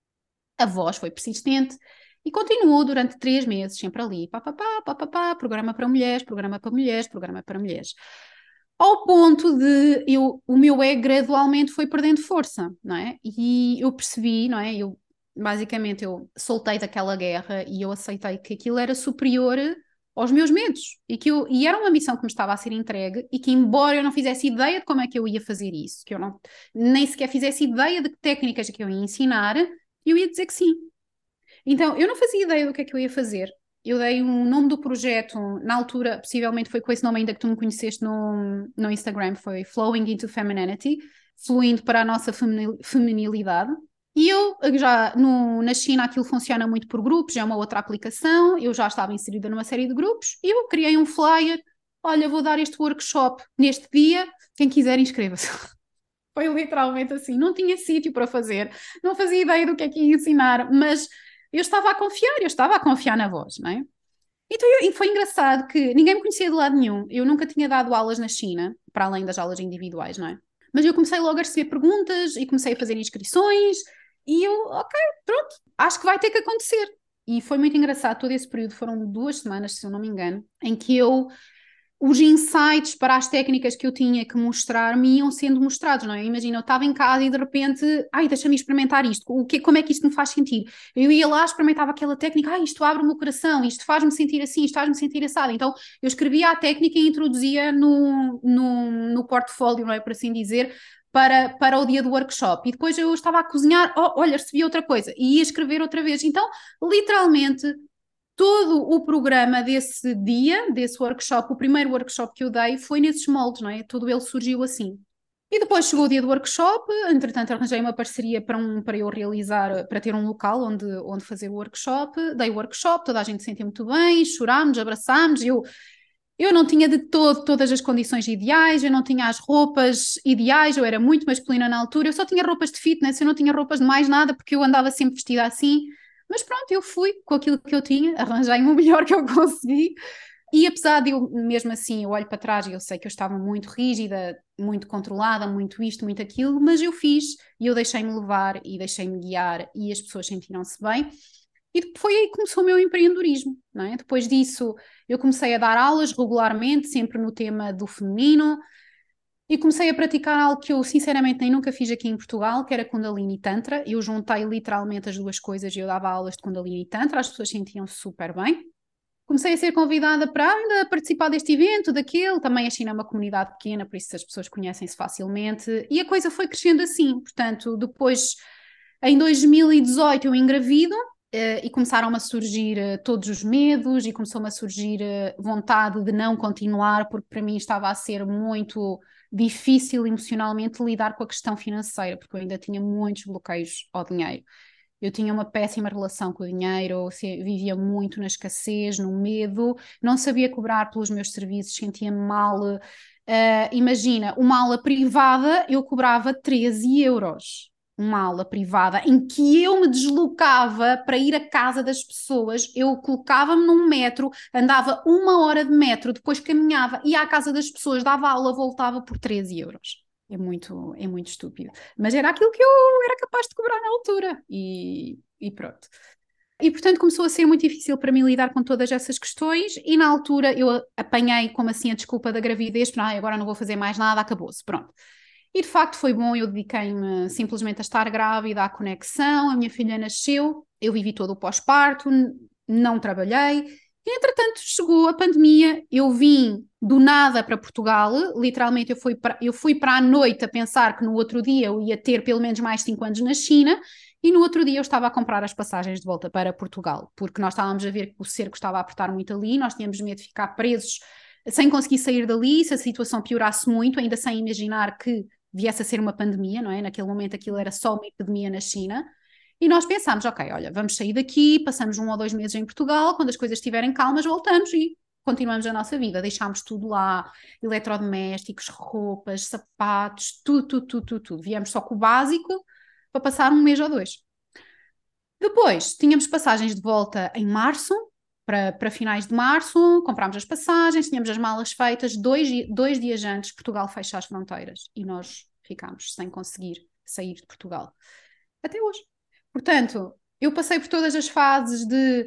A voz foi persistente e continuou durante três meses, sempre ali, pá, pá, pá, pá, pá, pá, programa para mulheres, programa para mulheres, programa para mulheres. Ao ponto de eu, o meu ego gradualmente foi perdendo força, não é? E eu percebi, não é? Eu, basicamente, eu soltei daquela guerra e eu aceitei que aquilo era superior aos meus medos e que eu, e era uma missão que me estava a ser entregue e que, embora eu não fizesse ideia de como é que eu ia fazer isso, que eu não, nem sequer fizesse ideia de que técnicas que eu ia ensinar, eu ia dizer que sim. Então, eu não fazia ideia do que é que eu ia fazer. Eu dei um nome do projeto, na altura, possivelmente foi com esse nome ainda que tu me conheceste no, no Instagram, foi Flowing into Femininity, fluindo para a nossa feminil, feminilidade. E eu já, no, na China aquilo funciona muito por grupos, é uma outra aplicação, eu já estava inserida numa série de grupos, e eu criei um flyer, olha, vou dar este workshop neste dia, quem quiser inscreva-se. Foi literalmente assim, não tinha sítio para fazer, não fazia ideia do que é que ia ensinar, mas eu estava a confiar, eu estava a confiar na voz, não é? Então, eu, e foi engraçado que ninguém me conhecia de lado nenhum, eu nunca tinha dado aulas na China, para além das aulas individuais, não é? Mas eu comecei logo a receber perguntas e comecei a fazer inscrições e eu, ok, pronto, acho que vai ter que acontecer. E foi muito engraçado, todo esse período, foram duas semanas, se eu não me engano, em que eu os insights para as técnicas que eu tinha que mostrar me iam sendo mostrados, não é? Imagina, eu estava em casa e de repente, ai, deixa-me experimentar isto, o que, como é que isto me faz sentir? Eu ia lá, experimentava aquela técnica, ai, isto abre o meu coração, isto faz-me sentir assim, isto faz-me sentir assado. Então, eu escrevia a técnica e introduzia no, no, no portfólio, não é, por assim dizer, para, para o dia do workshop. E depois eu estava a cozinhar, oh, olha, recebi outra coisa, e ia escrever outra vez. Então, literalmente, todo o programa desse dia, desse workshop, o primeiro workshop que eu dei foi nesses moldes, não é? Todo ele surgiu assim. E depois chegou o dia do workshop, entretanto arranjei uma parceria para, um, para eu realizar, para ter um local onde, onde fazer o workshop, dei o workshop, toda a gente se sentiu muito bem, chorámos, abraçámos, eu, eu não tinha de todo todas as condições ideais, eu não tinha as roupas ideais, eu era muito masculina na altura, eu só tinha roupas de fitness, eu não tinha roupas de mais nada, porque eu andava sempre vestida assim, mas pronto, eu fui com aquilo que eu tinha, arranjei-me o melhor que eu consegui, e apesar de eu, mesmo assim, eu olho para trás e eu sei que eu estava muito rígida, muito controlada, muito isto, muito aquilo, mas eu fiz e eu deixei-me levar e deixei-me guiar e as pessoas sentiram-se bem. E foi aí que começou o meu empreendedorismo, não é? Depois disso, eu comecei a dar aulas regularmente, sempre no tema do feminino, e comecei a praticar algo que eu sinceramente nem nunca fiz aqui em Portugal, que era Kundalini Tantra. Eu juntei literalmente as duas coisas e eu dava aulas de Kundalini Tantra, as pessoas sentiam-se super bem. Comecei a ser convidada para ainda participar deste evento, daquele, também a China é uma comunidade pequena, por isso as pessoas conhecem-se facilmente, e a coisa foi crescendo assim. Portanto, depois, em dois mil e dezoito eu engravido, Uh, e começaram a surgir uh, todos os medos e começou-me a surgir uh, vontade de não continuar, porque para mim estava a ser muito difícil emocionalmente lidar com a questão financeira, porque eu ainda tinha muitos bloqueios ao dinheiro. Eu tinha uma péssima relação com o dinheiro, vivia muito na escassez, no medo, não sabia cobrar pelos meus serviços, sentia-me mal. Uh, imagina, uma aula privada eu cobrava treze euros. Uma aula privada em que eu me deslocava para ir à casa das pessoas, eu colocava-me num metro, andava uma hora de metro, depois caminhava, ia à casa das pessoas, dava aula, voltava por treze euros. É muito, é muito estúpido. Mas era aquilo que eu era capaz de cobrar na altura. E, e pronto. E, portanto, começou a ser muito difícil para mim lidar com todas essas questões e, na altura, eu apanhei como assim a desculpa da gravidez, ah, agora não vou fazer mais nada, acabou-se, pronto. E, de facto, foi bom, eu dediquei-me simplesmente a estar grávida, à conexão, a minha filha nasceu, eu vivi todo o pós-parto, não trabalhei, e, entretanto, chegou a pandemia, eu vim do nada para Portugal, literalmente eu fui para, eu fui para a noite a pensar que no outro dia eu ia ter pelo menos mais cinco anos na China, e no outro dia eu estava a comprar as passagens de volta para Portugal, porque nós estávamos a ver que o cerco estava a apertar muito ali, nós tínhamos medo de ficar presos sem conseguir sair dali, se a situação piorasse muito, ainda sem imaginar que viesse a ser uma pandemia, não é? Naquele momento aquilo era só uma epidemia na China, e nós pensámos, ok, olha, vamos sair daqui, passamos um ou dois meses em Portugal, quando as coisas estiverem calmas voltamos e continuamos a nossa vida, deixámos tudo lá, eletrodomésticos, roupas, sapatos, tudo, tudo, tudo, tudo, tudo. Viemos só com o básico para passar um mês ou dois. Depois, tínhamos passagens de volta em março, para, para finais de março, comprámos as passagens, tínhamos as malas feitas, dois, dois dias antes Portugal fecha as fronteiras e nós ficámos sem conseguir sair de Portugal. Até hoje. Portanto, eu passei por todas as fases de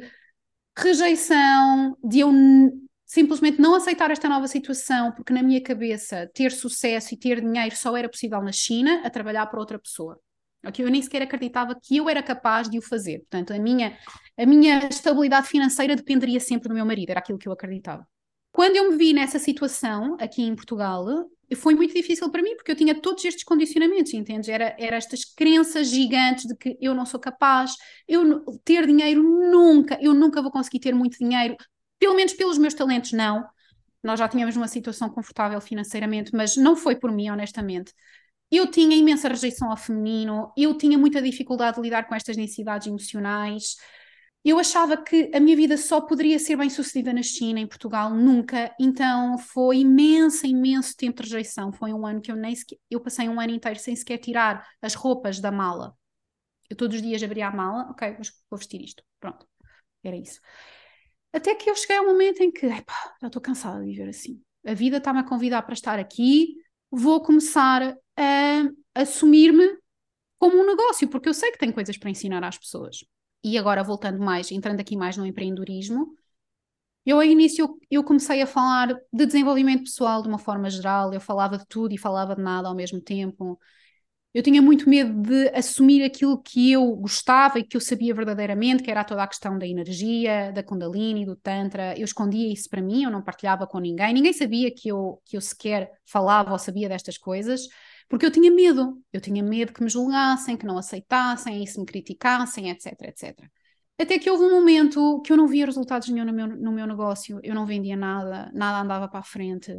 rejeição, de eu simplesmente não aceitar esta nova situação, porque na minha cabeça ter sucesso e ter dinheiro só era possível na China, a trabalhar para outra pessoa. Okay? Eu nem sequer acreditava que eu era capaz de o fazer. Portanto, a minha, a minha estabilidade financeira dependeria sempre do meu marido, era aquilo que eu acreditava. Quando eu me vi nessa situação, aqui em Portugal, foi muito difícil para mim, porque eu tinha todos estes condicionamentos, entendes? Era, era estas crenças gigantes de que eu não sou capaz, eu ter dinheiro nunca, eu nunca vou conseguir ter muito dinheiro, pelo menos pelos meus talentos não. Nós já tínhamos uma situação confortável financeiramente, mas não foi por mim, honestamente. Eu tinha imensa rejeição ao feminino, eu tinha muita dificuldade de lidar com estas necessidades emocionais. Eu achava que a minha vida só poderia ser bem sucedida na China, em Portugal, nunca. Então foi imenso, imenso tempo de rejeição. Foi um ano que eu nem sequer, eu passei um ano inteiro sem sequer tirar as roupas da mala. Eu todos os dias abria a mala, ok, vou vestir isto. Pronto, era isso. Até que eu cheguei ao momento em que, epá, já estou cansada de viver assim. A vida está-me a convidar para estar aqui, vou começar a assumir-me como um negócio, porque eu sei que tenho coisas para ensinar às pessoas. E agora, voltando mais, entrando aqui mais no empreendedorismo, eu ao início eu, eu comecei a falar de desenvolvimento pessoal de uma forma geral, eu falava de tudo e falava de nada ao mesmo tempo. Eu tinha muito medo de assumir aquilo que eu gostava e que eu sabia verdadeiramente, que era toda a questão da energia, da Kundalini, do Tantra. Eu escondia isso para mim, eu não partilhava com ninguém. Ninguém sabia que eu, que eu sequer falava ou sabia destas coisas, porque eu tinha medo. Eu tinha medo que me julgassem, que não aceitassem, e se me criticassem, etc, etcétera. Até que houve um momento que eu não via resultados nenhum no meu, no meu negócio, eu não vendia nada, nada andava para a frente.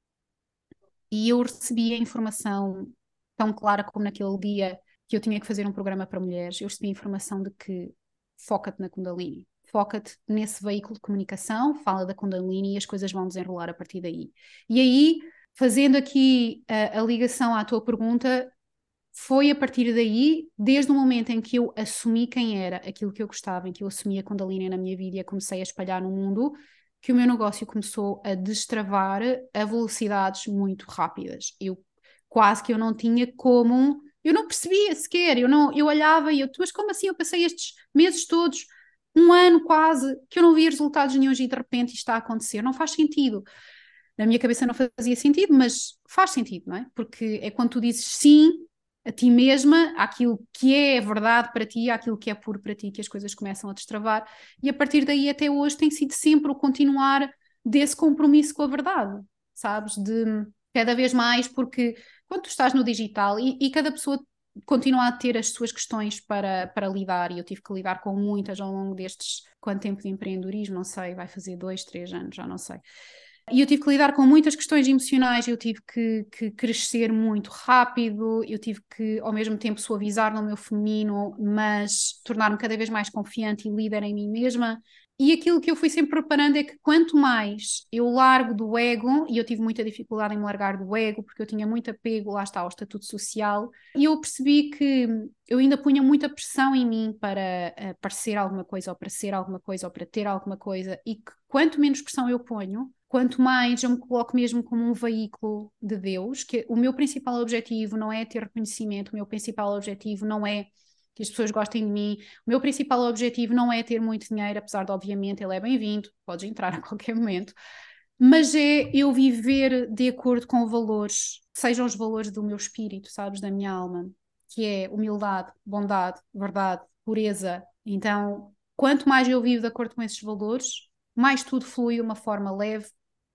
E eu recebi a informação tão clara como naquele dia que eu tinha que fazer um programa para mulheres, eu recebi a informação de que foca-te na Kundalini, foca-te nesse veículo de comunicação, fala da Kundalini e as coisas vão desenrolar a partir daí. E aí, fazendo aqui a, a ligação à tua pergunta, foi a partir daí, desde o momento em que eu assumi quem era, aquilo que eu gostava, em que eu assumi a Kundalini na minha vida e a comecei a espalhar no mundo, que o meu negócio começou a destravar a velocidades muito rápidas. Eu quase que eu não tinha como, eu não percebia sequer, eu, não, eu olhava e eu, mas como assim eu passei estes meses todos, um ano quase, que eu não via resultados nenhum e de repente isto está a acontecer, não faz sentido. Na minha cabeça não fazia sentido, mas faz sentido, não é? Porque é quando tu dizes sim a ti mesma, àquilo que é verdade para ti, àquilo que é puro para ti, que as coisas começam a destravar, e a partir daí até hoje tem sido sempre o continuar desse compromisso com a verdade, sabes? De cada vez mais, porque quando tu estás no digital e, e cada pessoa continua a ter as suas questões para, para lidar, e eu tive que lidar com muitas ao longo destes, quanto tempo de empreendedorismo, não sei, vai fazer dois, três anos, já não sei. E eu tive que lidar com muitas questões emocionais, eu tive que, que crescer muito rápido, eu tive que, ao mesmo tempo, suavizar no meu feminino, mas tornar-me cada vez mais confiante e líder em mim mesma. E aquilo que eu fui sempre preparando é que quanto mais eu largo do ego, e eu tive muita dificuldade em me largar do ego, porque eu tinha muito apego, lá está, ao estatuto social, e eu percebi que eu ainda punha muita pressão em mim para uh, parecer alguma coisa, ou para ser alguma coisa, ou para ter alguma coisa, e que quanto menos pressão eu ponho, quanto mais eu me coloco mesmo como um veículo de Deus, que o meu principal objetivo não é ter reconhecimento, o meu principal objetivo não é que as pessoas gostem de mim, o meu principal objetivo não é ter muito dinheiro, apesar de, obviamente, ele é bem-vindo, podes entrar a qualquer momento, mas é eu viver de acordo com valores, sejam os valores do meu espírito, sabes, da minha alma, que é humildade, bondade, verdade, pureza. Então, quanto mais eu vivo de acordo com esses valores, mais tudo flui de uma forma leve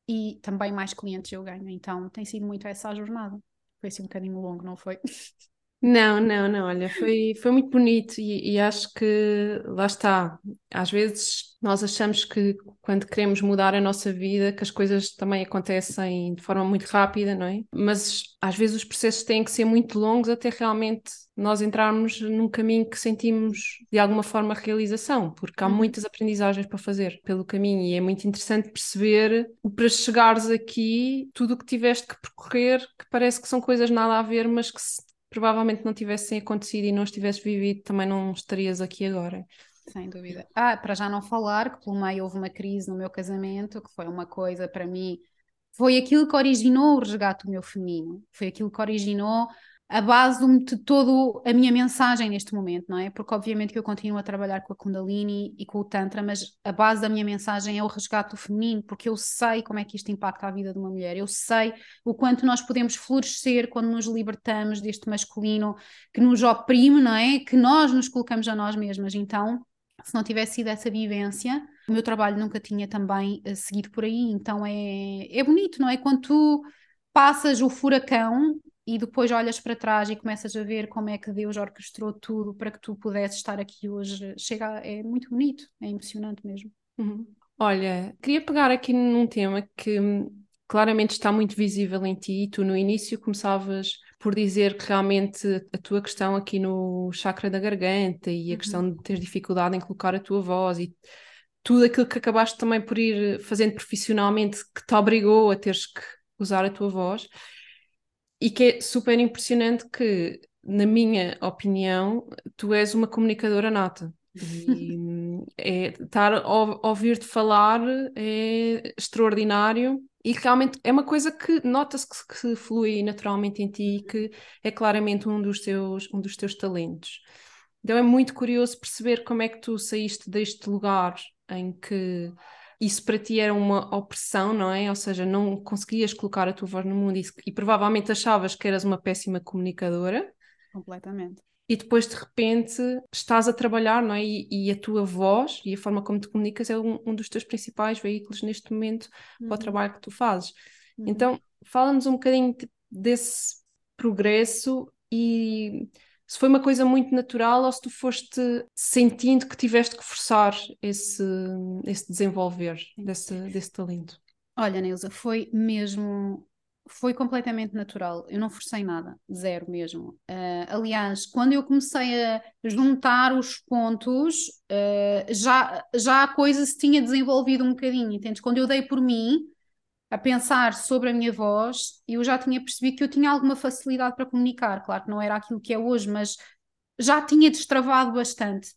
e também mais clientes eu ganho. Então tem sido muito essa a jornada. Foi assim um bocadinho longo, não foi? Não, não, não, olha, foi, foi muito bonito e, e acho que lá está. Às vezes nós achamos que quando queremos mudar a nossa vida, que as coisas também acontecem de forma muito rápida, não é? Mas às vezes os processos têm que ser muito longos até realmente nós entrarmos num caminho que sentimos de alguma forma realização, porque há Uhum. muitas aprendizagens para fazer pelo caminho e é muito interessante perceber para chegares aqui tudo o que tiveste que percorrer, que parece que são coisas nada a ver, mas que se provavelmente não tivessem acontecido e não estivesses vivido, também não estarias aqui agora. Sem dúvida. Ah, para já não falar que pelo meio houve uma crise no meu casamento, que foi uma coisa para mim, foi aquilo que originou o resgate do meu feminino, foi aquilo que originou a base de toda a minha mensagem neste momento, não é? Porque obviamente que eu continuo a trabalhar com a Kundalini e com o Tantra, mas a base da minha mensagem é o resgate do feminino, porque eu sei como é que isto impacta a vida de uma mulher, eu sei o quanto nós podemos florescer quando nos libertamos deste masculino que nos oprime, não é? Que nós nos colocamos a nós mesmas. Então, se não tivesse sido essa vivência, o meu trabalho nunca tinha também uh, seguido por aí. Então é, é bonito, não é? Quando tu passas o furacão e depois olhas para trás e começas a ver como é que Deus orquestrou tudo para que tu pudesses estar aqui hoje, chega, a- é muito bonito, é emocionante mesmo. Uhum. Olha, queria pegar aqui num tema que hum, claramente está muito visível em ti. Tu no início começavas por dizer que realmente a tua questão aqui no chakra da garganta e a Uhum. questão de ter dificuldade em colocar a tua voz e tudo aquilo que acabaste também por ir fazendo profissionalmente que te obrigou a teres que usar a tua voz e que é super impressionante que, na minha opinião, tu és uma comunicadora nata. E hum, é, estar a ou- ouvir-te falar é extraordinário e realmente é uma coisa que nota-se que, que flui naturalmente em ti e que é claramente um dos teus, um dos teus talentos. Então é muito curioso perceber como é que tu saíste deste lugar em que isso para ti era uma opressão, não é? Ou seja, não conseguias colocar a tua voz no mundo e, e provavelmente achavas que eras uma péssima comunicadora Completamente. e depois de repente estás a trabalhar, não é? E, e a tua voz e a forma como te comunicas é um, um dos teus principais veículos neste momento para o Uhum. trabalho que tu fazes. Uhum. Então, fala-nos um bocadinho de- desse progresso e se foi uma coisa muito natural ou se tu foste sentindo que tiveste que forçar esse, esse desenvolver desse, desse talento. Olha, Neuza, foi mesmo, foi completamente natural. Eu não forcei nada, zero mesmo. Ah, aliás, quando eu comecei a juntar os pontos, ah, já, já a coisa se tinha desenvolvido um bocadinho, entendes? Quando eu dei por mim a pensar sobre a minha voz, eu já tinha percebido que eu tinha alguma facilidade para comunicar. Claro que não era aquilo que é hoje, mas já tinha destravado bastante.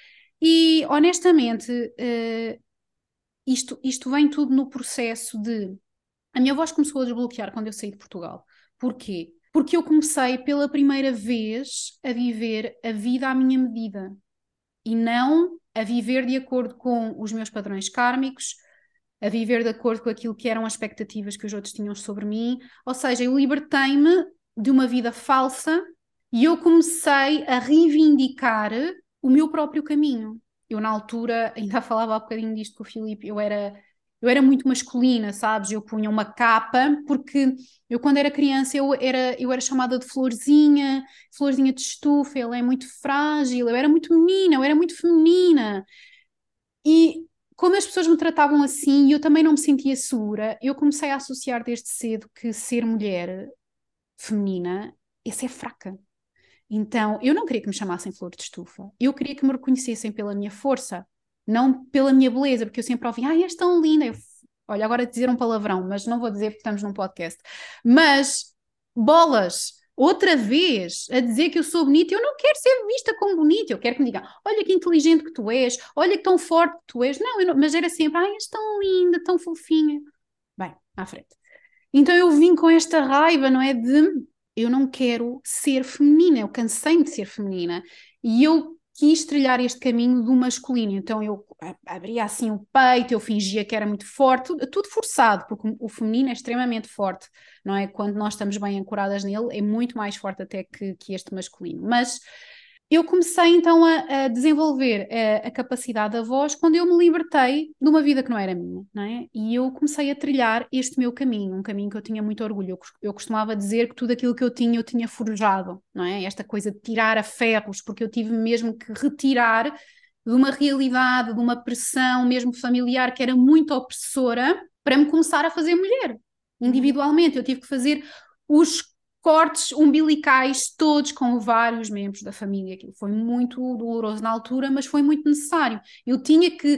E honestamente, ah, isto, isto vem tudo no processo de. A minha voz começou a desbloquear quando eu saí de Portugal. Porquê? Porque eu comecei pela primeira vez a viver a vida à minha medida e não a viver de acordo com os meus padrões kármicos, a viver de acordo com aquilo que eram as expectativas que os outros tinham sobre mim. Ou seja, eu libertei-me de uma vida falsa e eu comecei a reivindicar o meu próprio caminho. Eu, na altura, ainda falava há bocadinho disto com o Filipe, eu era, eu era muito masculina, sabes? Eu punha uma capa, porque eu, quando era criança, eu era, eu era chamada de florzinha, florzinha de estufa, ela é muito frágil, eu era muito menina, eu era muito feminina. E como as pessoas me tratavam assim e eu também não me sentia segura, eu comecei a associar desde cedo que ser mulher feminina é ser fraca. Então, eu não queria que me chamassem flor de estufa. Eu queria que me reconhecessem pela minha força, não pela minha beleza, porque eu sempre ouvia, ai, és tão linda. Eu, olha, agora dizer um palavrão, mas não vou dizer porque estamos num podcast. Mas, bolas, outra vez a dizer que eu sou bonita, eu não quero ser vista como bonita, eu quero que me digam, olha que inteligente que tu és, olha que tão forte que tu és. Não, eu não, mas era sempre, ai, és tão linda, tão fofinha. Bem, à frente. Então eu vim com esta raiva, não é? De eu não quero ser feminina, eu cansei-me de ser feminina e eu quis trilhar este caminho do masculino. Então eu abria assim o peito, eu fingia que era muito forte, tudo, tudo forçado, porque o feminino é extremamente forte, não é? Quando nós estamos bem ancoradas nele, é muito mais forte até que, que este masculino. Mas eu comecei então a, a desenvolver a, a capacidade da voz quando eu me libertei de uma vida que não era minha, não é? E eu comecei a trilhar este meu caminho, um caminho que eu tinha muito orgulho. Eu, eu costumava dizer que tudo aquilo que eu tinha, eu tinha forjado, não é? Esta coisa de tirar a ferros, porque eu tive mesmo que retirar de uma realidade, de uma pressão mesmo familiar que era muito opressora, para me começar a fazer mulher. Individualmente, eu tive que fazer os cortes umbilicais todos com vários membros da família. Aquilo foi muito doloroso na altura, mas foi muito necessário. Eu tinha que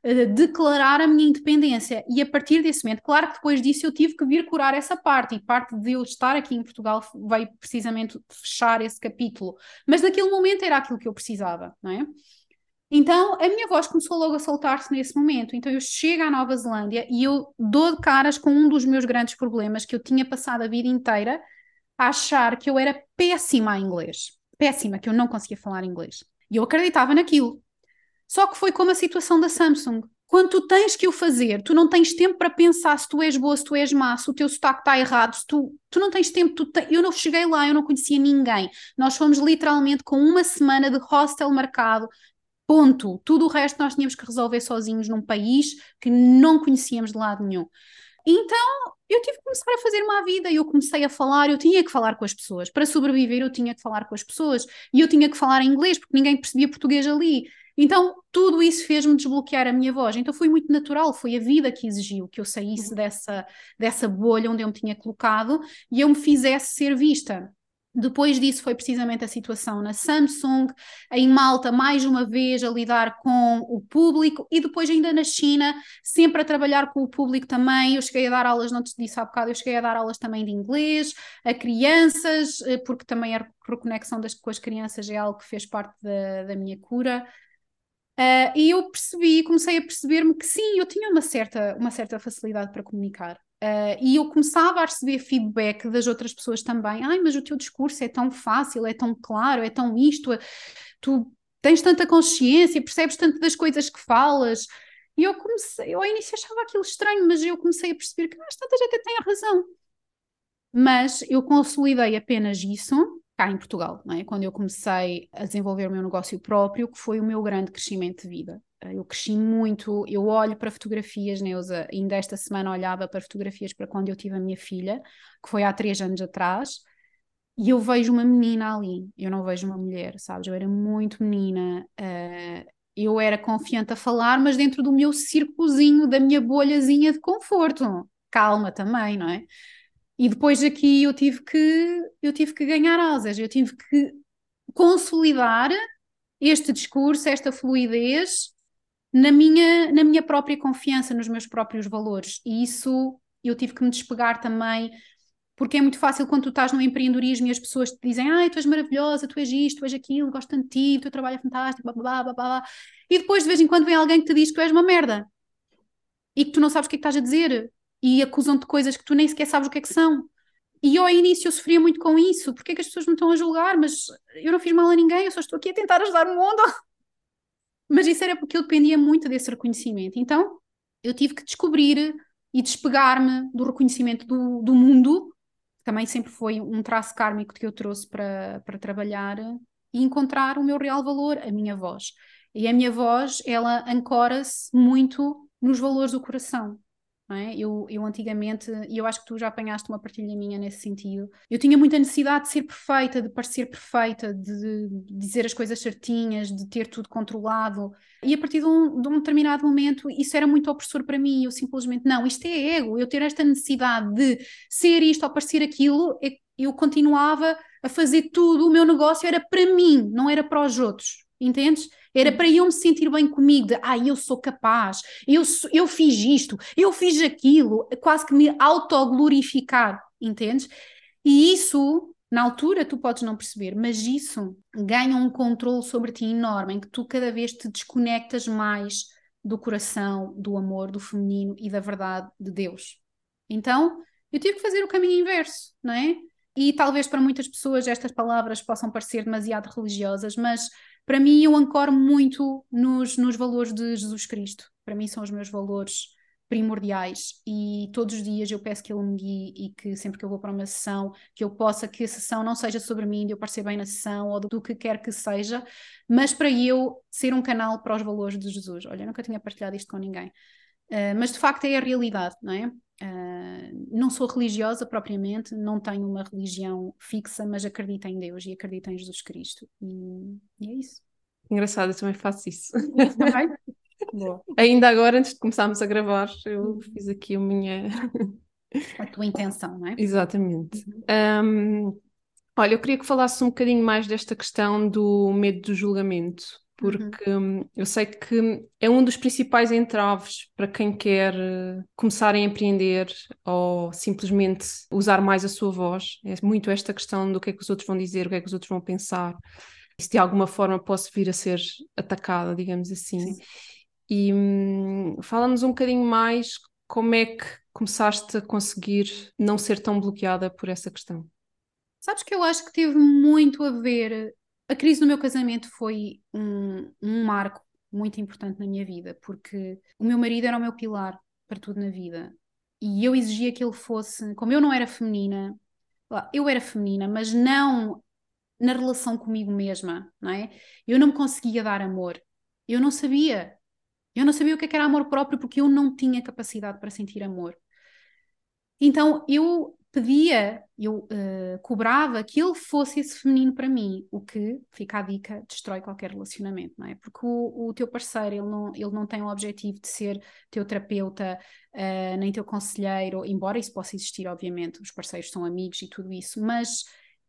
uh, declarar a minha independência. E a partir desse momento, claro que depois disso eu tive que vir curar essa parte, e parte de eu estar aqui em Portugal veio precisamente fechar esse capítulo. Mas naquele momento era aquilo que eu precisava, não é? Então a minha voz começou logo a soltar-se nesse momento. Então eu chego à Nova Zelândia e eu dou de caras com um dos meus grandes problemas, que eu tinha passado a vida inteira a achar que eu era péssima em inglês. Péssima, que eu não conseguia falar inglês. E eu acreditava naquilo. Só que foi como a situação da Samsung. Quando tu tens que o fazer, tu não tens tempo para pensar se tu és boa, se tu és má, se o teu sotaque está errado, se tu, tu não tens tempo. Tu te... Eu não cheguei lá, eu não conhecia ninguém. Nós fomos literalmente com uma semana de hostel marcado. Ponto. Tudo o resto nós tínhamos que resolver sozinhos num país que não conhecíamos de lado nenhum. Então eu tive que começar a fazer uma vida, eu comecei a falar, eu tinha que falar com as pessoas. Para sobreviver eu tinha que falar com as pessoas e eu tinha que falar em inglês porque ninguém percebia português ali. Então tudo isso fez-me desbloquear a minha voz. Então foi muito natural, foi a vida que exigiu que eu saísse dessa, dessa bolha onde eu me tinha colocado e eu me fizesse ser vista. Depois disso foi precisamente a situação na Samsung, em Malta mais uma vez a lidar com o público e depois ainda na China, sempre a trabalhar com o público também. Eu cheguei a dar aulas, não te disse há bocado, eu cheguei a dar aulas também de inglês, a crianças, porque também a reconexão das, com as crianças é algo que fez parte da, da minha cura. Uh, e eu percebi, comecei a perceber-me que sim, eu tinha uma certa, uma certa facilidade para comunicar. Uh, e eu começava a receber feedback das outras pessoas também. Ai, mas o teu discurso é tão fácil, é tão claro, é tão isto, tu tens tanta consciência, percebes tanto das coisas que falas. E eu comecei, eu ao início achava aquilo estranho, mas eu comecei a perceber que ah, tanta gente tem a razão. Mas eu consolidei apenas isso cá em Portugal, não é? Quando eu comecei a desenvolver o meu negócio próprio, que foi o meu grande crescimento de vida. Eu cresci muito, eu olho para fotografias, Neuza, ainda esta semana olhava para fotografias para quando eu tive a minha filha, que foi há três anos atrás, e eu vejo uma menina ali, eu não vejo uma mulher, sabes? Eu era muito menina, uh, eu era confiante a falar, mas dentro do meu círculozinho, da minha bolhazinha de conforto. Calma também, não é? E depois aqui eu tive que, eu tive que ganhar asas, eu tive que consolidar este discurso, esta fluidez na minha, na minha própria confiança, nos meus próprios valores. E isso eu tive que me despegar também, porque é muito fácil quando tu estás no empreendedorismo e as pessoas te dizem ai, tu és maravilhosa, tu és isto, tu és aquilo, gosto tanto de ti, o teu trabalho é fantástico, blá, blá, blá, blá. E depois de vez em quando vem alguém que te diz que tu és uma merda e que tu não sabes o que é que estás a dizer e acusam-te de coisas que tu nem sequer sabes o que é que são. E eu ao início eu sofria muito com isso, porque é que as pessoas me estão a julgar, mas eu não fiz mal a ninguém, eu só estou aqui a tentar ajudar o mundo. Mas isso era porque eu dependia muito desse reconhecimento. Então eu tive que descobrir e despegar-me do reconhecimento do, do mundo, que também sempre foi um traço kármico que eu trouxe para, para trabalhar, e encontrar o meu real valor, a minha voz. E a minha voz, ela ancora-se muito nos valores do coração. Não é? eu, eu antigamente, e eu acho que tu já apanhaste uma partilha minha nesse sentido, eu tinha muita necessidade de ser perfeita, de parecer perfeita, de, de dizer as coisas certinhas, de ter tudo controlado, e a partir de um, de um determinado momento isso era muito opressor para mim, eu simplesmente, não, isto é ego, eu ter esta necessidade de ser isto ou parecer aquilo, eu continuava a fazer tudo, o meu negócio era para mim, não era para os outros, entendes? Era para eu me sentir bem comigo, de, ah, eu sou capaz, eu, eu fiz isto, eu fiz aquilo, quase que me autoglorificar, entendes? E isso, na altura, tu podes não perceber, mas isso ganha um controle sobre ti enorme, em que tu cada vez te desconectas mais do coração, do amor, do feminino e da verdade de Deus. Então, eu tive que fazer o caminho inverso, não é? E talvez para muitas pessoas estas palavras possam parecer demasiado religiosas, mas para mim eu ancoro muito nos, nos valores de Jesus Cristo. Para mim são os meus valores primordiais e todos os dias eu peço que Ele me guie e que sempre que eu vou para uma sessão, que eu possa, que a sessão não seja sobre mim, de eu parecer bem na sessão ou do, do que quer que seja, mas para eu ser um canal para os valores de Jesus. Olha, eu nunca tinha partilhado isto com ninguém. Uh, mas de facto é a realidade, não é? Uh, não sou religiosa propriamente, não tenho uma religião fixa, mas acredito em Deus e acredito em Jesus Cristo. E, e é isso. Engraçado, eu também faço isso. Também? Boa. Ainda agora, antes de começarmos a gravar, eu fiz aqui a minha... A tua intenção, não é? Exatamente. Um, olha, eu queria que falasses um bocadinho mais desta questão do medo do julgamento. porque uhum. eu sei que é um dos principais entraves para quem quer começar a empreender ou simplesmente usar mais a sua voz. É muito esta questão do que é que os outros vão dizer, o que é que os outros vão pensar. E se de alguma forma posso vir a ser atacada, digamos assim. Sim. E hum, fala-nos um bocadinho mais como é que começaste a conseguir não ser tão bloqueada por essa questão. Sabes que eu acho que teve muito a ver. A crise do meu casamento foi um, um marco muito importante na minha vida, porque o meu marido era o meu pilar para tudo na vida. E eu exigia que ele fosse, como eu não era feminina, eu era feminina, mas não na relação comigo mesma, não é? Eu não me conseguia dar amor. Eu não sabia. Eu não sabia o que é que era amor próprio porque eu não tinha capacidade para sentir amor. Então eu pedia, eu uh, cobrava que ele fosse esse feminino para mim, o que, fica a dica, destrói qualquer relacionamento, não é? Porque o, o teu parceiro, ele não, ele não tem o objetivo de ser teu terapeuta, uh, nem teu conselheiro, embora isso possa existir, obviamente, os parceiros são amigos e tudo isso, mas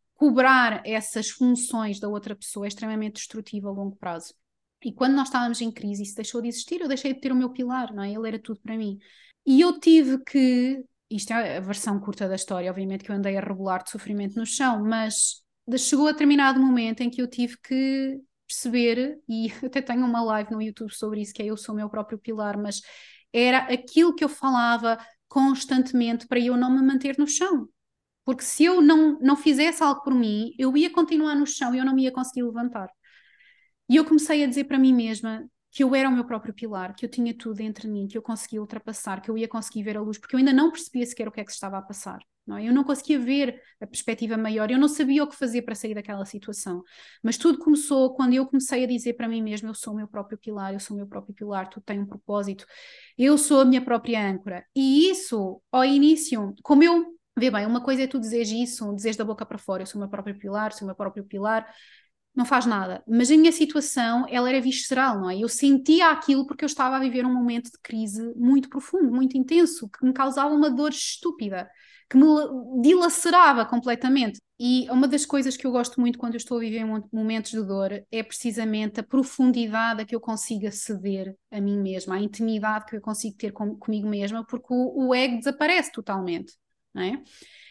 cobrar essas funções da outra pessoa é extremamente destrutivo a longo prazo. E quando nós estávamos em crise, isso deixou de existir, eu deixei de ter o meu pilar, não é? Ele era tudo para mim. E eu tive que... Isto é a versão curta da história, obviamente que eu andei a rebolar de sofrimento no chão, mas chegou a determinado momento em que eu tive que perceber, e até tenho uma live no YouTube sobre isso, que é Eu Sou o Meu Próprio Pilar, mas era aquilo que eu falava constantemente para eu não me manter no chão. Porque se eu não, não fizesse algo por mim, eu ia continuar no chão e eu não me ia conseguir levantar. E eu comecei a dizer para mim mesma que eu era o meu próprio pilar, que eu tinha tudo dentro de mim, que eu conseguia ultrapassar, que eu ia conseguir ver a luz, porque eu ainda não percebia sequer o que é que se estava a passar. Não é? Eu não conseguia ver a perspectiva maior, eu não sabia o que fazer para sair daquela situação. Mas tudo começou quando eu comecei a dizer para mim mesma, eu sou o meu próprio pilar, eu sou o meu próprio pilar, tudo tem um propósito, eu sou a minha própria âncora. E isso, ao início, como eu... Vê bem, uma coisa é tu dizeres isso, dizeres da boca para fora, eu sou o meu próprio pilar, sou o meu próprio pilar, não faz nada. Mas a minha situação, ela era visceral, não é? Eu sentia aquilo porque eu estava a viver um momento de crise muito profundo, muito intenso, que me causava uma dor estúpida, que me dilacerava completamente. E uma das coisas que eu gosto muito quando eu estou a viver momentos de dor é precisamente a profundidade a que eu consigo aceder a mim mesma, a intimidade que eu consigo ter com, comigo mesma, porque o, o ego desaparece totalmente, não é?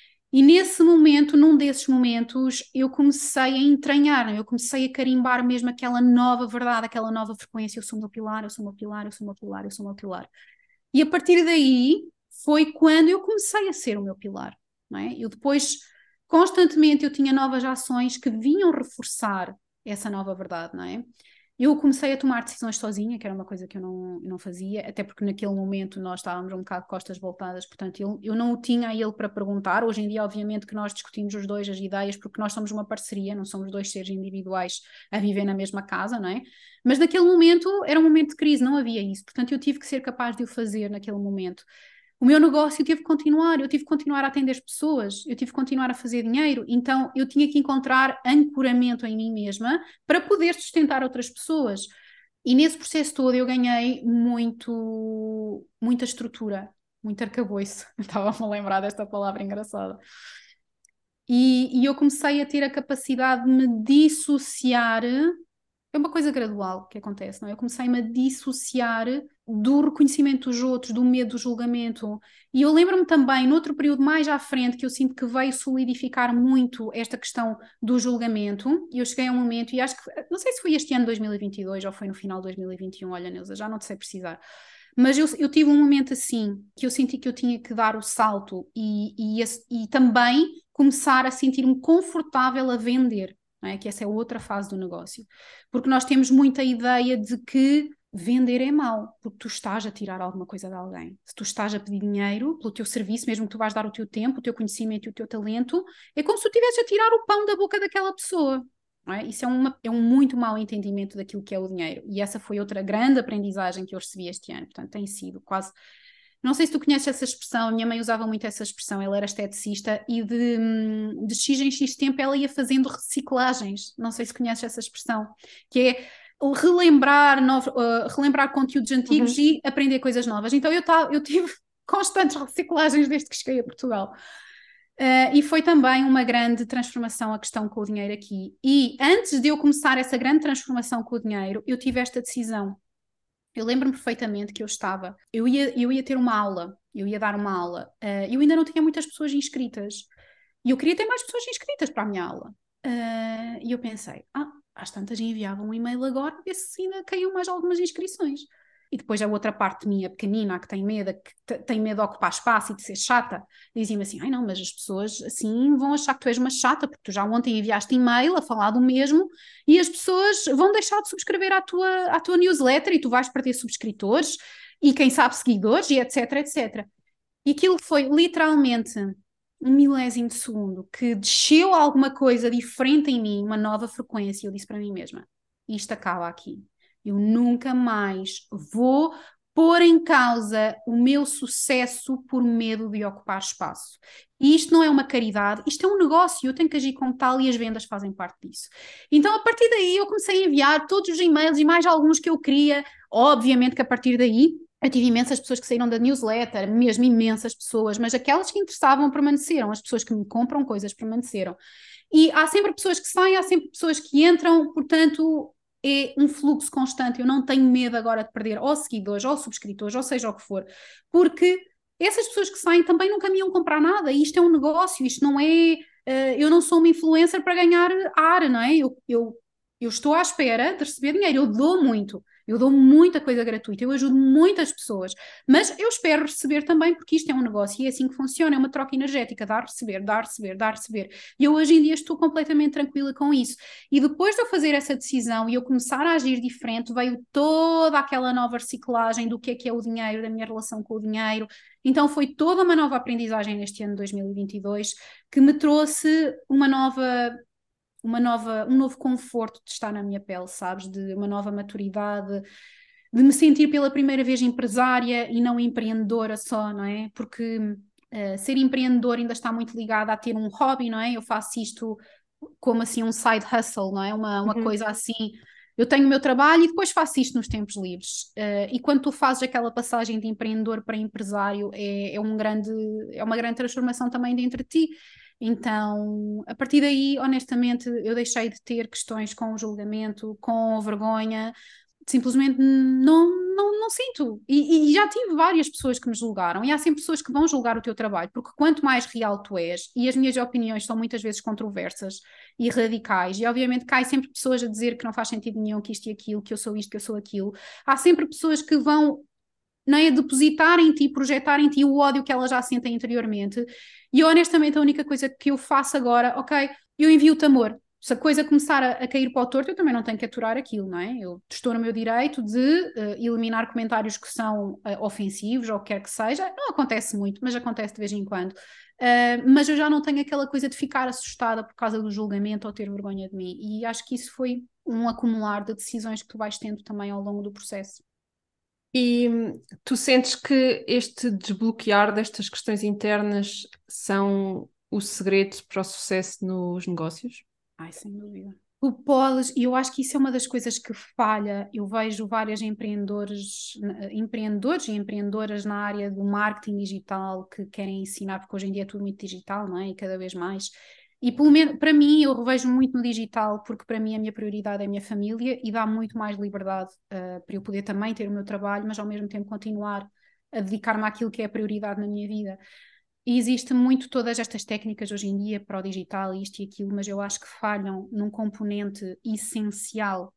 E nesse momento, num desses momentos, eu comecei a entranhar, eu comecei a carimbar mesmo aquela nova verdade, aquela nova frequência, eu sou o meu pilar, eu sou o meu pilar, eu sou o meu pilar, eu sou o meu pilar. E a partir daí foi quando eu comecei a ser o meu pilar, não é? Eu depois, constantemente, eu tinha novas ações que vinham reforçar essa nova verdade, não é? Eu comecei a tomar decisões sozinha, que era uma coisa que eu não, eu não fazia, até porque naquele momento nós estávamos um bocado de costas voltadas, portanto eu, eu não o tinha a ele para perguntar. Hoje em dia, obviamente, que nós discutimos os dois as ideias, porque nós somos uma parceria, não somos dois seres individuais a viver na mesma casa, não é? Mas naquele momento era um momento de crise, não havia isso, portanto eu tive que ser capaz de o fazer naquele momento. O meu negócio eu tive que continuar, eu tive que continuar a atender as pessoas, eu tive que continuar a fazer dinheiro, então eu tinha que encontrar ancoramento em mim mesma para poder sustentar outras pessoas. E nesse processo todo eu ganhei muito, muita estrutura, muito arcabouço. Estava-me a lembrar desta palavra engraçada. E, e eu comecei a ter a capacidade de me dissociar. É uma coisa gradual que acontece, não é? Eu comecei-me a dissociar do reconhecimento dos outros, do medo do julgamento. E eu lembro-me também, noutro período mais à frente, que eu sinto que veio solidificar muito esta questão do julgamento. E eu cheguei a um momento, e acho que, não sei se foi este ano dois mil e vinte e dois ou foi no final de dois mil e vinte e um, olha, Neuza, já não te sei precisar. Mas eu, eu tive um momento assim, que eu senti que eu tinha que dar o salto e, e, e também começar a sentir-me confortável a vender. Não é? Que essa é outra fase do negócio, porque nós temos muita ideia de que vender é mau, porque tu estás a tirar alguma coisa de alguém. Se tu estás a pedir dinheiro pelo teu serviço, mesmo que tu vais dar o teu tempo, o teu conhecimento e o teu talento, é como se tu estivesse a tirar o pão da boca daquela pessoa. Não é? Isso é, uma, é um muito mau entendimento daquilo que é o dinheiro, e essa foi outra grande aprendizagem que eu recebi este ano. Portanto, tem sido quase... Não sei se tu conheces essa expressão, a minha mãe usava muito essa expressão, ela era esteticista e de, de X em X tempo ela ia fazendo reciclagens, não sei se conheces essa expressão, que é relembrar, novo, uh, relembrar conteúdos antigos uhum. e aprender coisas novas. Então eu, tá, eu tive constantes reciclagens desde que cheguei a Portugal. Uh, e foi também uma grande transformação a questão com o dinheiro aqui. E antes de eu começar essa grande transformação com o dinheiro, eu tive esta decisão. Eu lembro-me perfeitamente que eu estava, eu ia, eu ia ter uma aula, eu ia dar uma aula, uh, eu ainda não tinha muitas pessoas inscritas. E eu queria ter mais pessoas inscritas para a minha aula. Uh, e eu pensei, ah, às tantas enviavam um e-mail agora, ver se ainda caíam mais algumas inscrições. E depois a outra parte minha, pequenina, que tem medo, que tem medo de ocupar espaço e de ser chata, dizia-me assim, ai não, mas as pessoas assim vão achar que tu és uma chata, porque tu já ontem enviaste e-mail a falar do mesmo e as pessoas vão deixar de subscrever à tua, à tua newsletter e tu vais perder subscritores e quem sabe seguidores e etc, etcétera. E aquilo foi literalmente um milésimo de segundo que desceu alguma coisa diferente em mim, uma nova frequência. Eu disse para mim mesma, isto acaba aqui. Eu nunca mais vou pôr em causa o meu sucesso por medo de ocupar espaço. E isto não é uma caridade, isto é um negócio, eu tenho que agir como tal e as vendas fazem parte disso. Então, a partir daí, eu comecei a enviar todos os e-mails e mais alguns que eu queria. Obviamente que a partir daí eu tive imensas pessoas que saíram da newsletter, mesmo imensas pessoas, mas aquelas que interessavam permaneceram, as pessoas que me compram coisas permaneceram. E há sempre pessoas que saem, há sempre pessoas que entram, portanto é um fluxo constante. Eu não tenho medo agora de perder ou seguidores, ou subscritores, ou seja o que for, porque essas pessoas que saem também nunca me iam comprar nada, e isto é um negócio, isto não é, uh, eu não sou uma influencer para ganhar ar, não é? Eu, eu, eu estou à espera de receber dinheiro, eu dou muito. Eu dou muita coisa gratuita, eu ajudo muitas pessoas, mas eu espero receber também, porque isto é um negócio e é assim que funciona, é uma troca energética, dar, receber, dar, receber, dar, receber. E eu hoje em dia estou completamente tranquila com isso. E depois de eu fazer essa decisão e eu começar a agir diferente, veio toda aquela nova reciclagem do que é que é o dinheiro, da minha relação com o dinheiro. Então foi toda uma nova aprendizagem neste ano de dois mil e vinte e dois que me trouxe uma nova... Uma nova, um novo conforto de estar na minha pele, sabes? De uma nova maturidade, de me sentir pela primeira vez empresária e não empreendedora só, não é? Porque uh, ser empreendedor ainda está muito ligado a ter um hobby, não é? Eu faço isto como assim um side hustle, não é? Uma, uma Uhum. coisa assim. Eu tenho o meu trabalho e depois faço isto nos tempos livres. Uh, e quando tu fazes aquela passagem de empreendedor para empresário, é, é, um grande, é uma grande transformação também dentro de ti. Então, a partir daí, honestamente, eu deixei de ter questões com o julgamento, com a vergonha, simplesmente não, não, não sinto. E, e já tive várias pessoas que me julgaram, e há sempre pessoas que vão julgar o teu trabalho, porque quanto mais real tu és, e as minhas opiniões são muitas vezes controversas e radicais, e obviamente cai sempre pessoas a dizer que não faz sentido nenhum, que isto e aquilo, que eu sou isto, que eu sou aquilo. Há sempre pessoas que vão, não é, depositar em ti, projetar em ti o ódio que elas já sentem interiormente. E honestamente a única coisa que eu faço agora, ok, eu envio-te amor. Se a coisa começar a, a cair para o torto, eu também não tenho que aturar aquilo, não é? Eu estou no meu direito de uh, eliminar comentários que são uh, ofensivos ou o que quer que seja. Não acontece muito, mas acontece de vez em quando. Uh, mas eu já não tenho aquela coisa de ficar assustada por causa do julgamento ou ter vergonha de mim. E acho que isso foi um acumular de decisões que tu vais tendo também ao longo do processo. E tu sentes que este desbloquear destas questões internas são o segredo para o sucesso nos negócios? Ai, sem dúvida. Tu podes, e eu acho que isso é uma das coisas que falha. Eu vejo vários empreendedores, empreendedores e empreendedoras na área do marketing digital que querem ensinar, porque hoje em dia é tudo muito digital, não é? E cada vez mais. E pelo menos, para mim, eu revejo muito no digital, porque para mim a minha prioridade é a minha família e dá muito mais liberdade uh, para eu poder também ter o meu trabalho, mas ao mesmo tempo continuar a dedicar-me àquilo que é a prioridade na minha vida. E existe muito todas estas técnicas hoje em dia para o digital, isto e aquilo, mas eu acho que falham num componente essencial,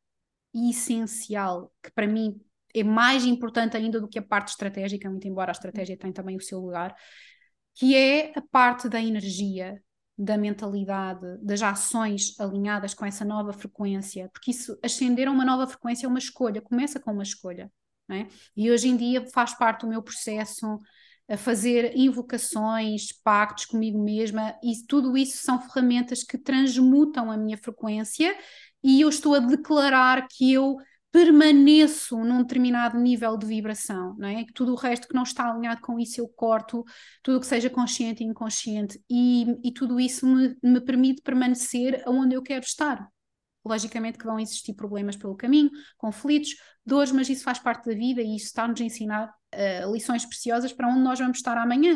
essencial, que para mim é mais importante ainda do que a parte estratégica, muito embora a estratégia tenha também o seu lugar, que é a parte da energia, da mentalidade, das ações alinhadas com essa nova frequência, porque isso, ascender a uma nova frequência é uma escolha, começa com uma escolha, não é? E hoje em dia faz parte do meu processo a fazer invocações, pactos comigo mesma, e tudo isso são ferramentas que transmutam a minha frequência e eu estou a declarar que eu permaneço num determinado nível de vibração, não é? Que tudo o resto que não está alinhado com isso eu corto, tudo o que seja consciente e inconsciente, e, e tudo isso me, me permite permanecer onde eu quero estar. Logicamente que vão existir problemas pelo caminho, conflitos, dores, mas isso faz parte da vida e isso está-nos a ensinar uh, lições preciosas para onde nós vamos estar amanhã.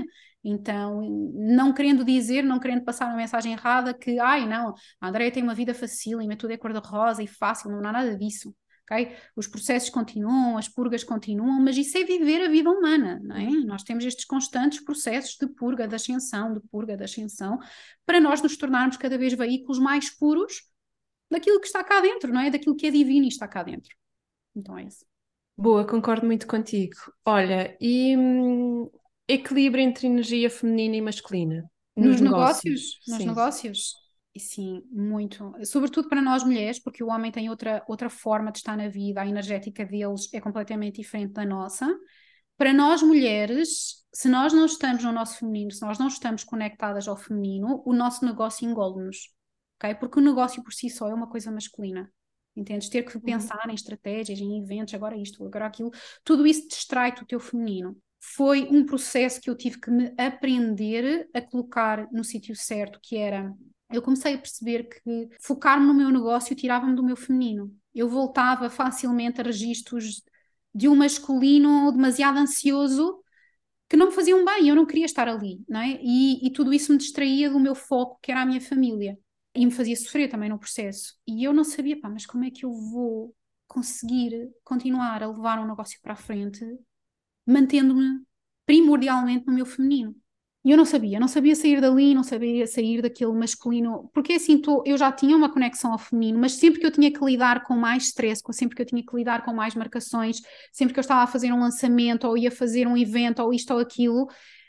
Então, não querendo dizer, não querendo passar uma mensagem errada que, ai não, a Andreia tem uma vida facílima, tudo é cor-de-rosa e fácil, não há nada disso. Okay? Os processos continuam, as purgas continuam, mas isso é viver a vida humana, não é? Nós temos estes constantes processos de purga, de ascensão, de purga, de ascensão, para nós nos tornarmos cada vez veículos mais puros daquilo que está cá dentro, não é? Daquilo que é divino e está cá dentro. Então é isso. Boa, concordo muito contigo. Olha, e hum, equilíbrio entre energia feminina e masculina nos Nos negócios? negócios, nos Sim. negócios, e sim, muito. Sobretudo para nós mulheres, porque o homem tem outra, outra forma de estar na vida, a energética deles é completamente diferente da nossa. Para nós mulheres, se nós não estamos no nosso feminino, se nós não estamos conectadas ao feminino, o nosso negócio engole-nos, ok? Porque o negócio por si só é uma coisa masculina. Entendes? Ter que Uhum. pensar em estratégias, em eventos, agora isto, agora aquilo, tudo isso distrai-te o teu feminino. Foi um processo que eu tive que me aprender a colocar no sítio certo, que era, eu comecei a perceber que focar-me no meu negócio tirava-me do meu feminino. Eu voltava facilmente a registros de um masculino demasiado ansioso que não me faziam bem, eu não queria estar ali, não é? E, e tudo isso me distraía do meu foco, que era a minha família. E me fazia sofrer também no processo. E eu não sabia, pá, mas como é que eu vou conseguir continuar a levar um negócio para a frente mantendo-me primordialmente no meu feminino. E eu não sabia, não sabia sair dali, não sabia sair daquele masculino, porque assim, tô, eu já tinha uma conexão ao feminino, mas sempre que eu tinha que lidar com mais stress, sempre que eu tinha que lidar com mais marcações, sempre que eu estava a fazer um lançamento, ou ia fazer um evento, ou isto ou aquilo,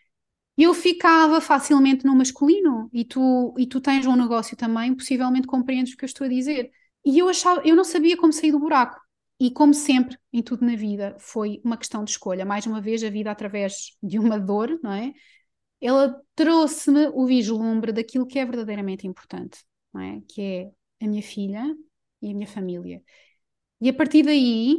eu ficava facilmente no masculino, e tu, e tu tens um negócio também, possivelmente compreendes o que eu estou a dizer. E eu achava, eu não sabia como sair do buraco. E como sempre, em tudo na vida, foi uma questão de escolha. Mais uma vez, a vida através de uma dor, não é? Ela trouxe-me o vislumbre daquilo que é verdadeiramente importante, não é? Que é a minha filha e a minha família. E a partir daí,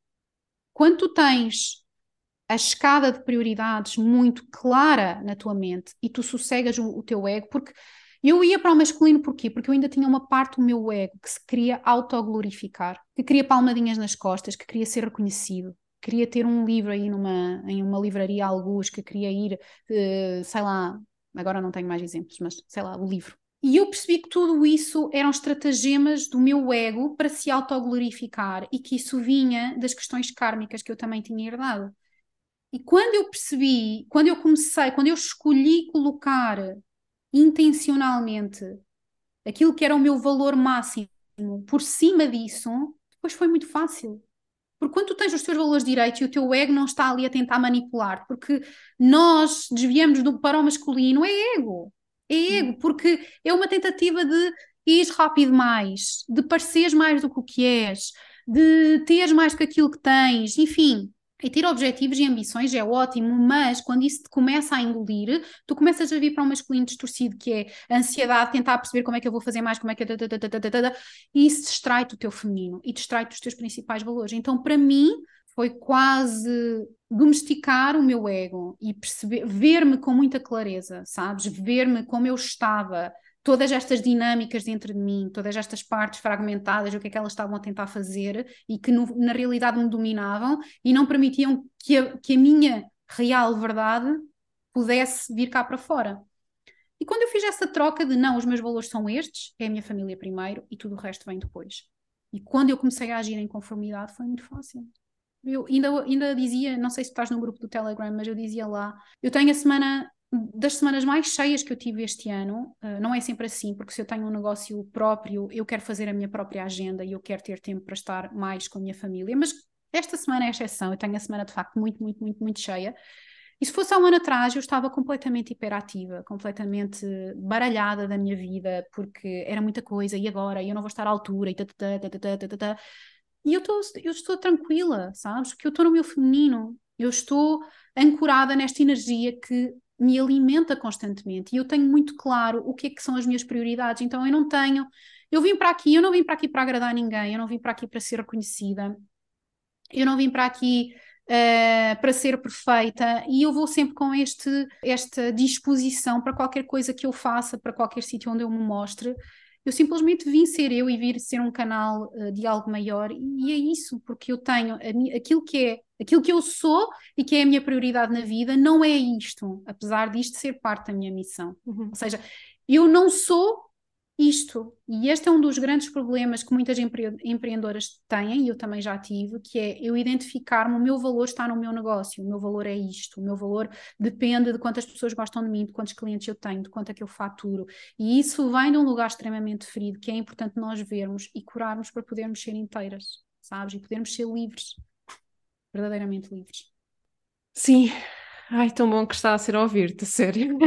quando tu tens a escada de prioridades muito clara na tua mente e tu sossegas o, o teu ego, porque eu ia para o masculino porquê? Porque eu ainda tinha uma parte do meu ego que se queria autoglorificar, que queria palmadinhas nas costas, que queria ser reconhecido, queria ter um livro aí numa, em uma livraria a algures, que queria ir, uh, sei lá, agora não tenho mais exemplos, mas sei lá, o livro. E eu percebi que tudo isso eram estratagemas do meu ego para se autoglorificar e que isso vinha das questões kármicas que eu também tinha herdado. E quando eu percebi, quando eu comecei, quando eu escolhi colocar intencionalmente aquilo que era o meu valor máximo por cima disso, depois foi muito fácil. Porque quando tu tens os teus valores direitos e o teu ego não está ali a tentar manipular, porque nós desviamos do, para o masculino, é ego. É ego, porque é uma tentativa de ir rápido mais, de pareceres mais do que o que és, de teres mais do que aquilo que tens, enfim. E ter objetivos e ambições é ótimo, mas quando isso te começa a engolir, tu começas a vir para um masculino distorcido, que é a ansiedade, tentar perceber como é que eu vou fazer mais, como é que eu... E isso distrai-te o teu feminino e distrai-te os teus principais valores. Então, para mim, foi quase domesticar o meu ego e perceber, ver-me com muita clareza, sabes? Ver-me como eu estava, todas estas dinâmicas dentro de mim, todas estas partes fragmentadas, o que é que elas estavam a tentar fazer e que no, na realidade me dominavam e não permitiam que a, que a minha real verdade pudesse vir cá para fora. E quando eu fiz essa troca de não, os meus valores são estes, é a minha família primeiro e tudo o resto vem depois. E quando eu comecei a agir em conformidade foi muito fácil. Eu ainda, ainda dizia, não sei se estás no grupo do Telegram, mas eu dizia lá, eu tenho a semana, das semanas mais cheias que eu tive este ano, uh, não é sempre assim, porque se eu tenho um negócio próprio, eu quero fazer a minha própria agenda e eu quero ter tempo para estar mais com a minha família, mas esta semana é a exceção, eu tenho a semana de facto muito, muito, muito, muito cheia. E se fosse há um ano atrás, eu estava completamente hiperativa, completamente baralhada da minha vida, porque era muita coisa, e agora? E eu não vou estar à altura, e tatatá, tatatá, tatatá. E eu, tô, eu estou tranquila, sabes? Porque eu estou no meu feminino, eu estou ancorada nesta energia que me alimenta constantemente, e eu tenho muito claro o que é que são as minhas prioridades, então eu não tenho... Eu vim para aqui, eu não vim para aqui para agradar ninguém, eu não vim para aqui para ser reconhecida, eu não vim para aqui... Uh, para ser perfeita, e eu vou sempre com este, esta disposição para qualquer coisa que eu faça, para qualquer sítio onde eu me mostre, Eu simplesmente vim ser eu e vir ser um canal uh, de algo maior, e é isso, porque eu tenho a mi- aquilo que é, aquilo que eu sou e que é a minha prioridade na vida, não é isto, apesar disto ser parte da minha missão. Uhum. Ou seja, eu não sou isto, e este é um dos grandes problemas que muitas empre empreendedoras têm, e eu também já tive, que é eu identificar-me, o meu valor está no meu negócio, o meu valor é isto, o meu valor depende de quantas pessoas gostam de mim, de quantos clientes eu tenho, de quanto é que eu faturo, e isso vem de um lugar extremamente ferido, que é importante nós vermos e curarmos para podermos ser inteiras, sabes? E podermos ser livres, verdadeiramente livres. Sim. Ai, tão bom que está a ser a ouvir-te, a sério.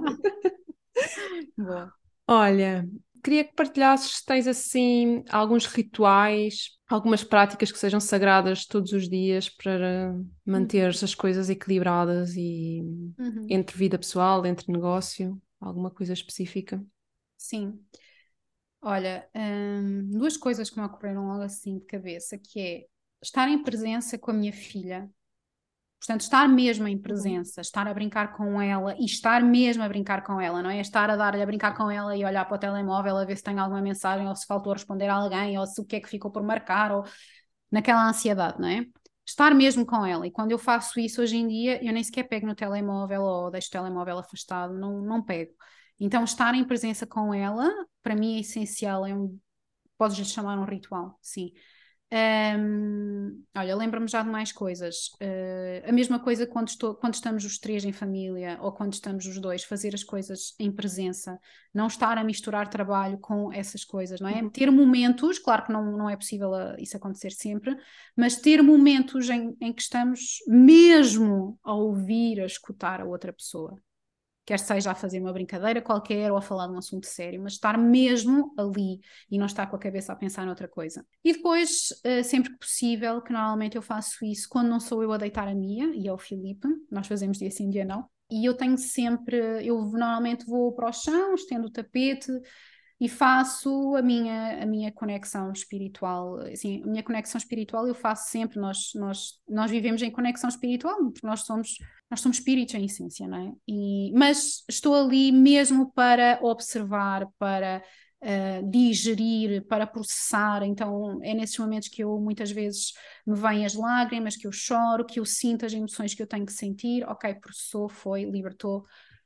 Boa. Olha, queria que partilhasses se tens assim alguns rituais, algumas práticas que sejam sagradas todos os dias para manter as coisas equilibradas e Uhum. entre vida pessoal, entre negócio, alguma coisa específica? Sim. Olha, hum, duas coisas que me ocorreram logo assim de cabeça, que é estar em presença com a minha filha. Portanto, estar mesmo em Uhum. presença, estar a brincar com ela e estar mesmo a brincar com ela, não é? Estar a dar-lhe a brincar com ela e olhar para o telemóvel a ver se tem alguma mensagem ou se faltou a responder a alguém ou se o que é que ficou por marcar ou naquela ansiedade, não é? Estar mesmo com ela. E quando eu faço isso hoje em dia, eu nem sequer pego no telemóvel ou deixo o telemóvel afastado, não, não pego. Então, estar em presença com ela, para mim é essencial, é um, podes-lhe chamar um ritual, sim. Um, olha, lembro-me já de mais coisas. Uh, a mesma coisa quando, estou, quando estamos os três em família ou quando estamos os dois, fazer as coisas em presença, não estar a misturar trabalho com essas coisas, não é? Uhum. Ter momentos, claro que não, não é possível isso acontecer sempre, mas ter momentos em, em que estamos mesmo a ouvir, a escutar a outra pessoa. Quer seja a fazer uma brincadeira qualquer ou a falar de um assunto sério, mas estar mesmo ali e não estar com a cabeça a pensar noutra coisa. E depois, uh, sempre que possível, que normalmente eu faço isso quando não sou eu a deitar a Mia e ao Filipe, nós fazemos dia sim, dia não, e eu tenho sempre, eu normalmente vou para o chão, estendo o tapete e faço a minha, a minha conexão espiritual. Assim, a minha conexão espiritual eu faço sempre, nós, nós, nós vivemos em conexão espiritual, porque nós somos, nós somos espíritos em essência, não é? E, mas estou ali mesmo para observar, para uh, digerir, para processar, então é nesses momentos que eu muitas vezes me vêm as lágrimas, que eu choro, que eu sinto as emoções que eu tenho que sentir, ok, processou, foi, libertou,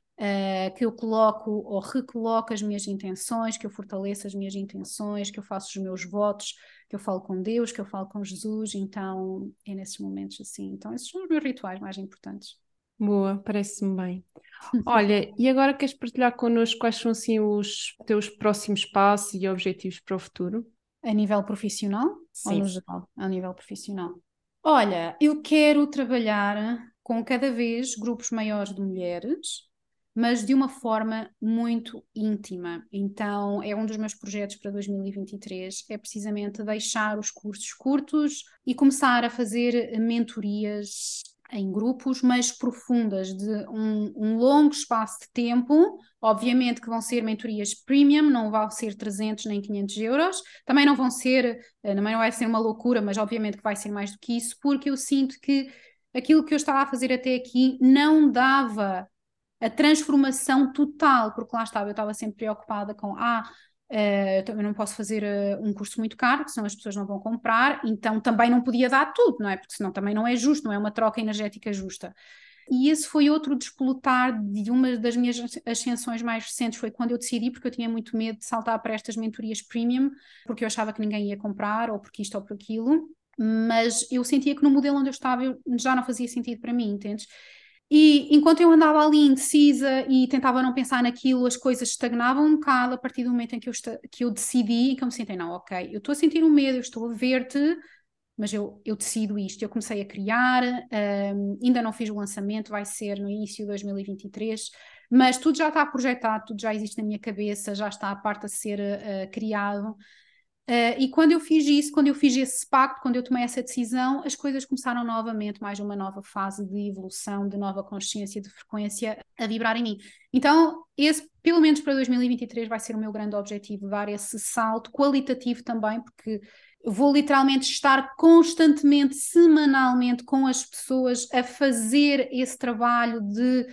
Uh, que eu coloco ou recoloco as minhas intenções, que eu fortaleço as minhas intenções, que eu faço os meus votos, que eu falo com Deus, que eu falo com Jesus, então é nesses momentos assim. Então esses são os meus rituais mais importantes. Boa, parece-me bem. Olha, e agora queres partilhar connosco quais são assim os teus próximos passos e objetivos para o futuro? A nível profissional ou no Sim. geral? A nível profissional. Olha, eu quero trabalhar com cada vez grupos maiores de mulheres, mas de uma forma muito íntima. Então, é um dos meus projetos para dois mil e vinte e três, é precisamente deixar os cursos curtos e começar a fazer mentorias em grupos, mas profundas, de um, um longo espaço de tempo. Obviamente que vão ser mentorias premium, não vão ser trezentos nem quinhentos euros, também não vão ser, também não vai ser uma loucura, mas obviamente que vai ser mais do que isso, porque eu sinto que aquilo que eu estava a fazer até aqui não dava a transformação total, porque lá estava, eu estava sempre preocupada com, ah, uh, eu não posso fazer uh, um curso muito caro, porque senão as pessoas não vão comprar, então também não podia dar tudo, não é? Porque senão também não é justo, não é uma troca energética justa. E esse foi outro despolutar de uma das minhas ascensões mais recentes, foi quando eu decidi, porque eu tinha muito medo de saltar para estas mentorias premium, porque eu achava que ninguém ia comprar, ou porque isto ou por aquilo, mas eu sentia que no modelo onde eu estava eu já não fazia sentido para mim, entendes? E enquanto eu andava ali indecisa e tentava não pensar naquilo, as coisas estagnavam um bocado a partir do momento em que eu, que eu decidi e que eu me sentei, não, ok, eu estou a sentir um medo, eu estou a ver-te, mas eu, eu decido isto. Eu comecei a criar, um, ainda não fiz o lançamento, vai ser no início de dois mil e vinte e três, mas tudo já está projetado, tudo já existe na minha cabeça, já está a parte a ser uh, criado. Uh, e quando eu fiz isso, quando eu fiz esse pacto, quando eu tomei essa decisão, as coisas começaram novamente, mais uma nova fase de evolução, de nova consciência, de frequência a vibrar em mim. Então, esse, pelo menos para dois mil e vinte e três, vai ser o meu grande objetivo, dar esse salto qualitativo também, porque vou literalmente estar constantemente, semanalmente, com as pessoas a fazer esse trabalho de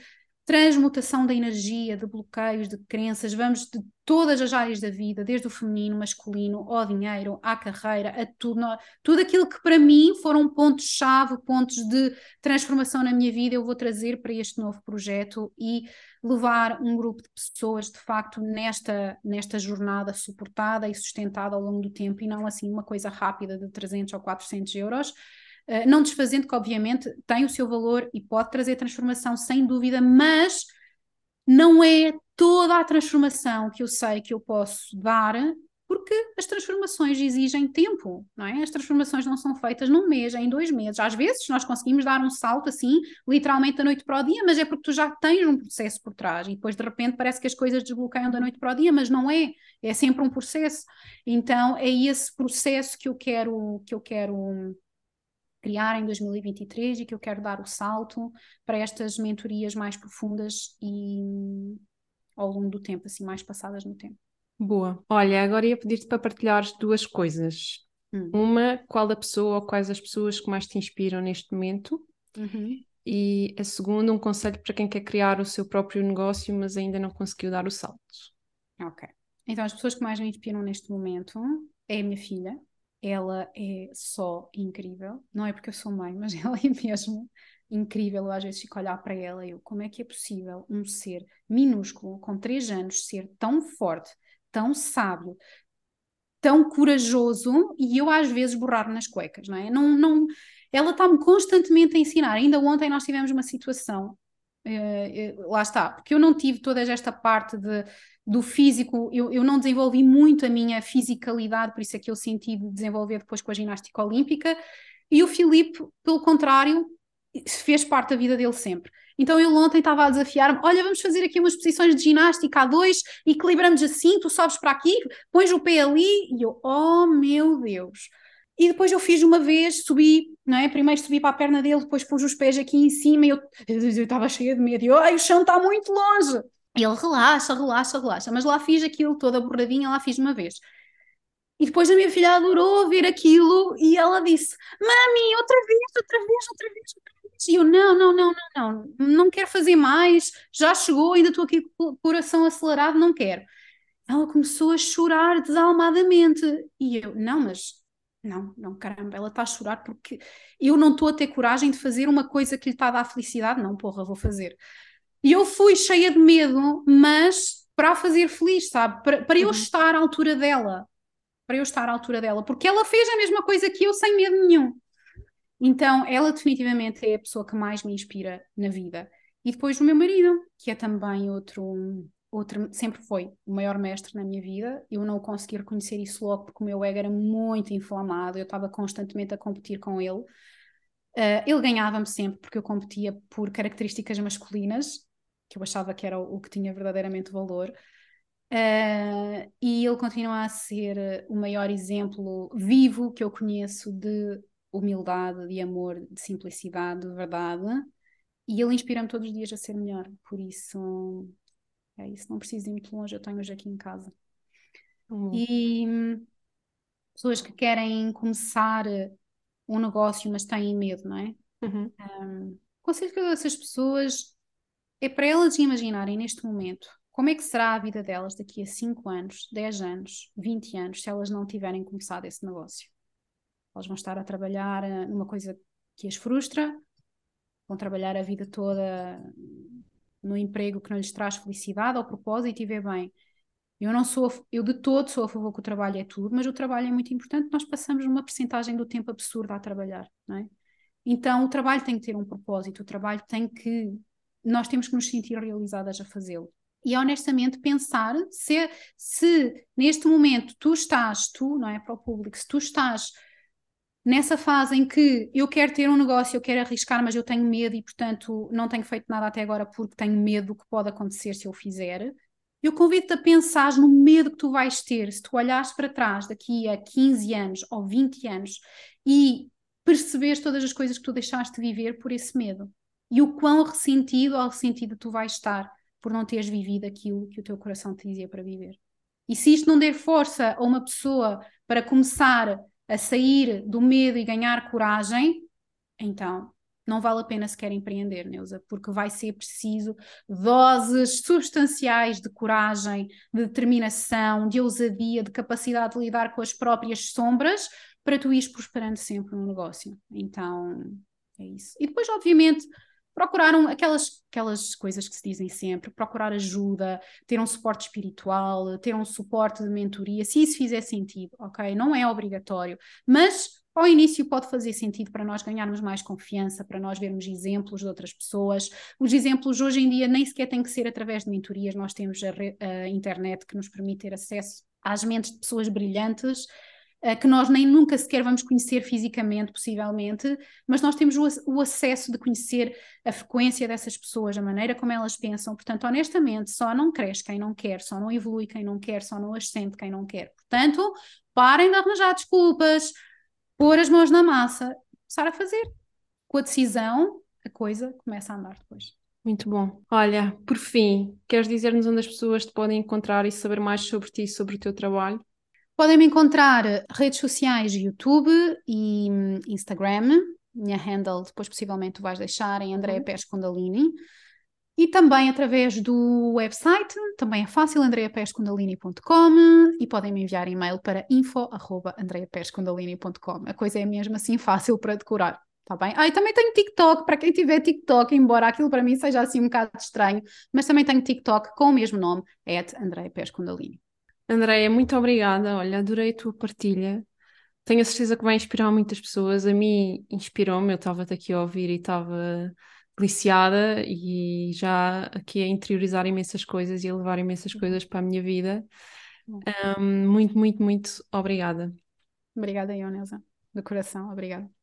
transmutação da energia, de bloqueios, de crenças, vamos de todas as áreas da vida, desde o feminino, masculino, ao dinheiro, à carreira, a tudo, tudo aquilo que para mim foram pontos-chave, pontos de transformação na minha vida, eu vou trazer para este novo projeto e levar um grupo de pessoas, de facto, nesta, nesta jornada suportada e sustentada ao longo do tempo, e não assim uma coisa rápida de trezentos ou quatrocentos euros, Uh, não desfazendo que obviamente tem o seu valor e pode trazer transformação sem dúvida, mas não é toda a transformação que eu sei que eu posso dar, porque as transformações exigem tempo, não é? As transformações não são feitas num mês, em dois meses. Às vezes nós conseguimos dar um salto assim, literalmente da noite para o dia, mas é porque tu já tens um processo por trás e depois de repente parece que as coisas desbloqueiam da noite para o dia, mas não é, é sempre um processo. Então é esse processo que eu quero, que eu quero criar em dois mil e vinte e três e que eu quero dar o salto para estas mentorias mais profundas e ao longo do tempo, assim, mais passadas no tempo. Boa. Olha, agora ia pedir-te para partilhares duas coisas. Hum. Uma, qual a pessoa ou quais as pessoas que mais te inspiram neste momento? Uhum. E a segunda, um conselho para quem quer criar o seu próprio negócio, mas ainda não conseguiu dar o salto. Ok. Então, as pessoas que mais me inspiram neste momento é a minha filha. Ela é só incrível. Não é porque eu sou mãe, mas ela é mesmo incrível. Eu às vezes fico a olhar para ela e eu, como é que é possível um ser minúsculo, com três anos, ser tão forte, tão sábio, tão corajoso, e eu às vezes borrar nas cuecas, não é? Não, não, ela está-me constantemente a ensinar. Ainda ontem nós tivemos uma situação, uh, uh, lá está, porque eu não tive toda esta parte de, do físico, eu, eu não desenvolvi muito a minha fisicalidade, por isso é que eu senti de desenvolver depois com a ginástica olímpica, e o Filipe, pelo contrário, fez parte da vida dele sempre. Então ele ontem estava a desafiar-me, olha, vamos fazer aqui umas posições de ginástica a dois, equilibramos assim, tu sobes para aqui, pões o pé ali, e eu, oh meu Deus. E depois eu fiz uma vez, subi, não é? Primeiro subi para a perna dele, depois pus os pés aqui em cima, e eu, eu estava cheia de medo, e eu, ai, o chão está muito longe. E ele, relaxa, relaxa, relaxa, mas lá fiz aquilo toda borradinha, lá fiz uma vez. E depois a minha filha adorou ver aquilo, e ela disse, mami, outra vez, outra vez, outra vez, outra vez. E eu, não, não, não, não, não, não quero fazer mais, já chegou, ainda estou aqui com o coração acelerado, não quero. Ela começou a chorar desalmadamente. E eu, não, mas, não, não, caramba, ela está a chorar porque eu não estou a ter coragem de fazer uma coisa que lhe está a dar felicidade. Não, porra, vou fazer. E eu fui cheia de medo, mas para a fazer feliz, sabe? Para, para eu Uhum. estar à altura dela. Para eu estar à altura dela. Porque ela fez a mesma coisa que eu, sem medo nenhum. Então, ela definitivamente é a pessoa que mais me inspira na vida. E depois o meu marido, que é também outro, outro, sempre foi o maior mestre na minha vida. Eu não consegui reconhecer isso logo porque o meu ego era muito inflamado, eu estava constantemente a competir com ele. Uh, ele ganhava-me sempre porque eu competia por características masculinas, que eu achava que era o, o que tinha verdadeiramente valor. Uh, e ele continua a ser o maior exemplo vivo que eu conheço de humildade, de amor, de simplicidade, de verdade, e ele inspira-me todos os dias a ser melhor, por isso é isso, não preciso ir muito longe, eu tenho hoje aqui em casa. Uhum. E hum, pessoas que querem começar um negócio, mas têm medo, não é? Uhum. Um, conselho que eu dou a essas pessoas é para elas imaginarem neste momento como é que será a vida delas daqui a cinco anos, dez anos, vinte anos, se elas não tiverem começado esse negócio. Elas vão estar a trabalhar numa coisa que as frustra, vão trabalhar a vida toda no emprego que não lhes traz felicidade ao propósito e vê bem. Eu não sou, eu de todo sou a favor que o trabalho é tudo, mas o trabalho é muito importante, nós passamos uma percentagem do tempo absurda a trabalhar, não é? Então o trabalho tem que ter um propósito, o trabalho tem que, nós temos que nos sentir realizadas a fazê-lo. E honestamente pensar se, se neste momento tu estás, tu, não é, para o público, se tu estás nessa fase em que eu quero ter um negócio, eu quero arriscar, mas eu tenho medo e, portanto, não tenho feito nada até agora porque tenho medo do que pode acontecer se eu fizer, eu convido-te a pensar no medo que tu vais ter se tu olhares para trás daqui a quinze anos ou vinte anos e perceberes todas as coisas que tu deixaste de viver por esse medo. E o quão ressentido ou ressentido tu vais estar por não teres vivido aquilo que o teu coração te dizia para viver. E se isto não der força a uma pessoa para começar a sair do medo e ganhar coragem, então não vale a pena sequer empreender, Neuza, porque vai ser preciso doses substanciais de coragem, de determinação, de ousadia, de capacidade de lidar com as próprias sombras para tu ires prosperando sempre no negócio. Então, é isso. E depois, obviamente, procurar um, aquelas, aquelas coisas que se dizem sempre, procurar ajuda, ter um suporte espiritual, ter um suporte de mentoria, se isso fizer sentido, ok? Não é obrigatório, mas ao início pode fazer sentido para nós ganharmos mais confiança, para nós vermos exemplos de outras pessoas. Os exemplos hoje em dia nem sequer têm que ser através de mentorias, nós temos a, re- a internet que nos permite ter acesso às mentes de pessoas brilhantes, uh, que nós nem nunca sequer vamos conhecer fisicamente, possivelmente, mas nós temos o, o acesso de conhecer a frequência dessas pessoas, a maneira como elas pensam. Portanto, honestamente, só não cresce quem não quer, só não evolui quem não quer, só não ascende quem não quer. Portanto, parem de arranjar desculpas, pôr as mãos na massa, começar a fazer. Com a decisão, a coisa começa a andar depois. Muito bom. Olha, por fim, queres dizer-nos onde as pessoas te podem encontrar e saber mais sobre ti e sobre o teu trabalho? Podem me encontrar redes sociais, YouTube e Instagram. Minha handle, depois possivelmente tu vais deixar, em Andrea Pérez Kundalini. E também através do website, também é fácil, andrea pérez kundalini ponto com, e podem me enviar e-mail para info arroba andrea pérez kundalini ponto com. A coisa é mesmo assim fácil para decorar, tá bem? Ah, e também tenho TikTok, para quem tiver TikTok, embora aquilo para mim seja assim um bocado estranho, mas também tenho TikTok com o mesmo nome, at Andrea Pérez Kundalini. Andreia, muito obrigada. Olha, adorei a tua partilha. Tenho a certeza que vai inspirar muitas pessoas. A mim inspirou-me, eu estava-te aqui a ouvir e estava deliciada e já aqui a interiorizar imensas coisas e a levar imensas coisas para a minha vida. Um, muito, muito, muito obrigada. Obrigada, Ionelza, do coração, obrigada.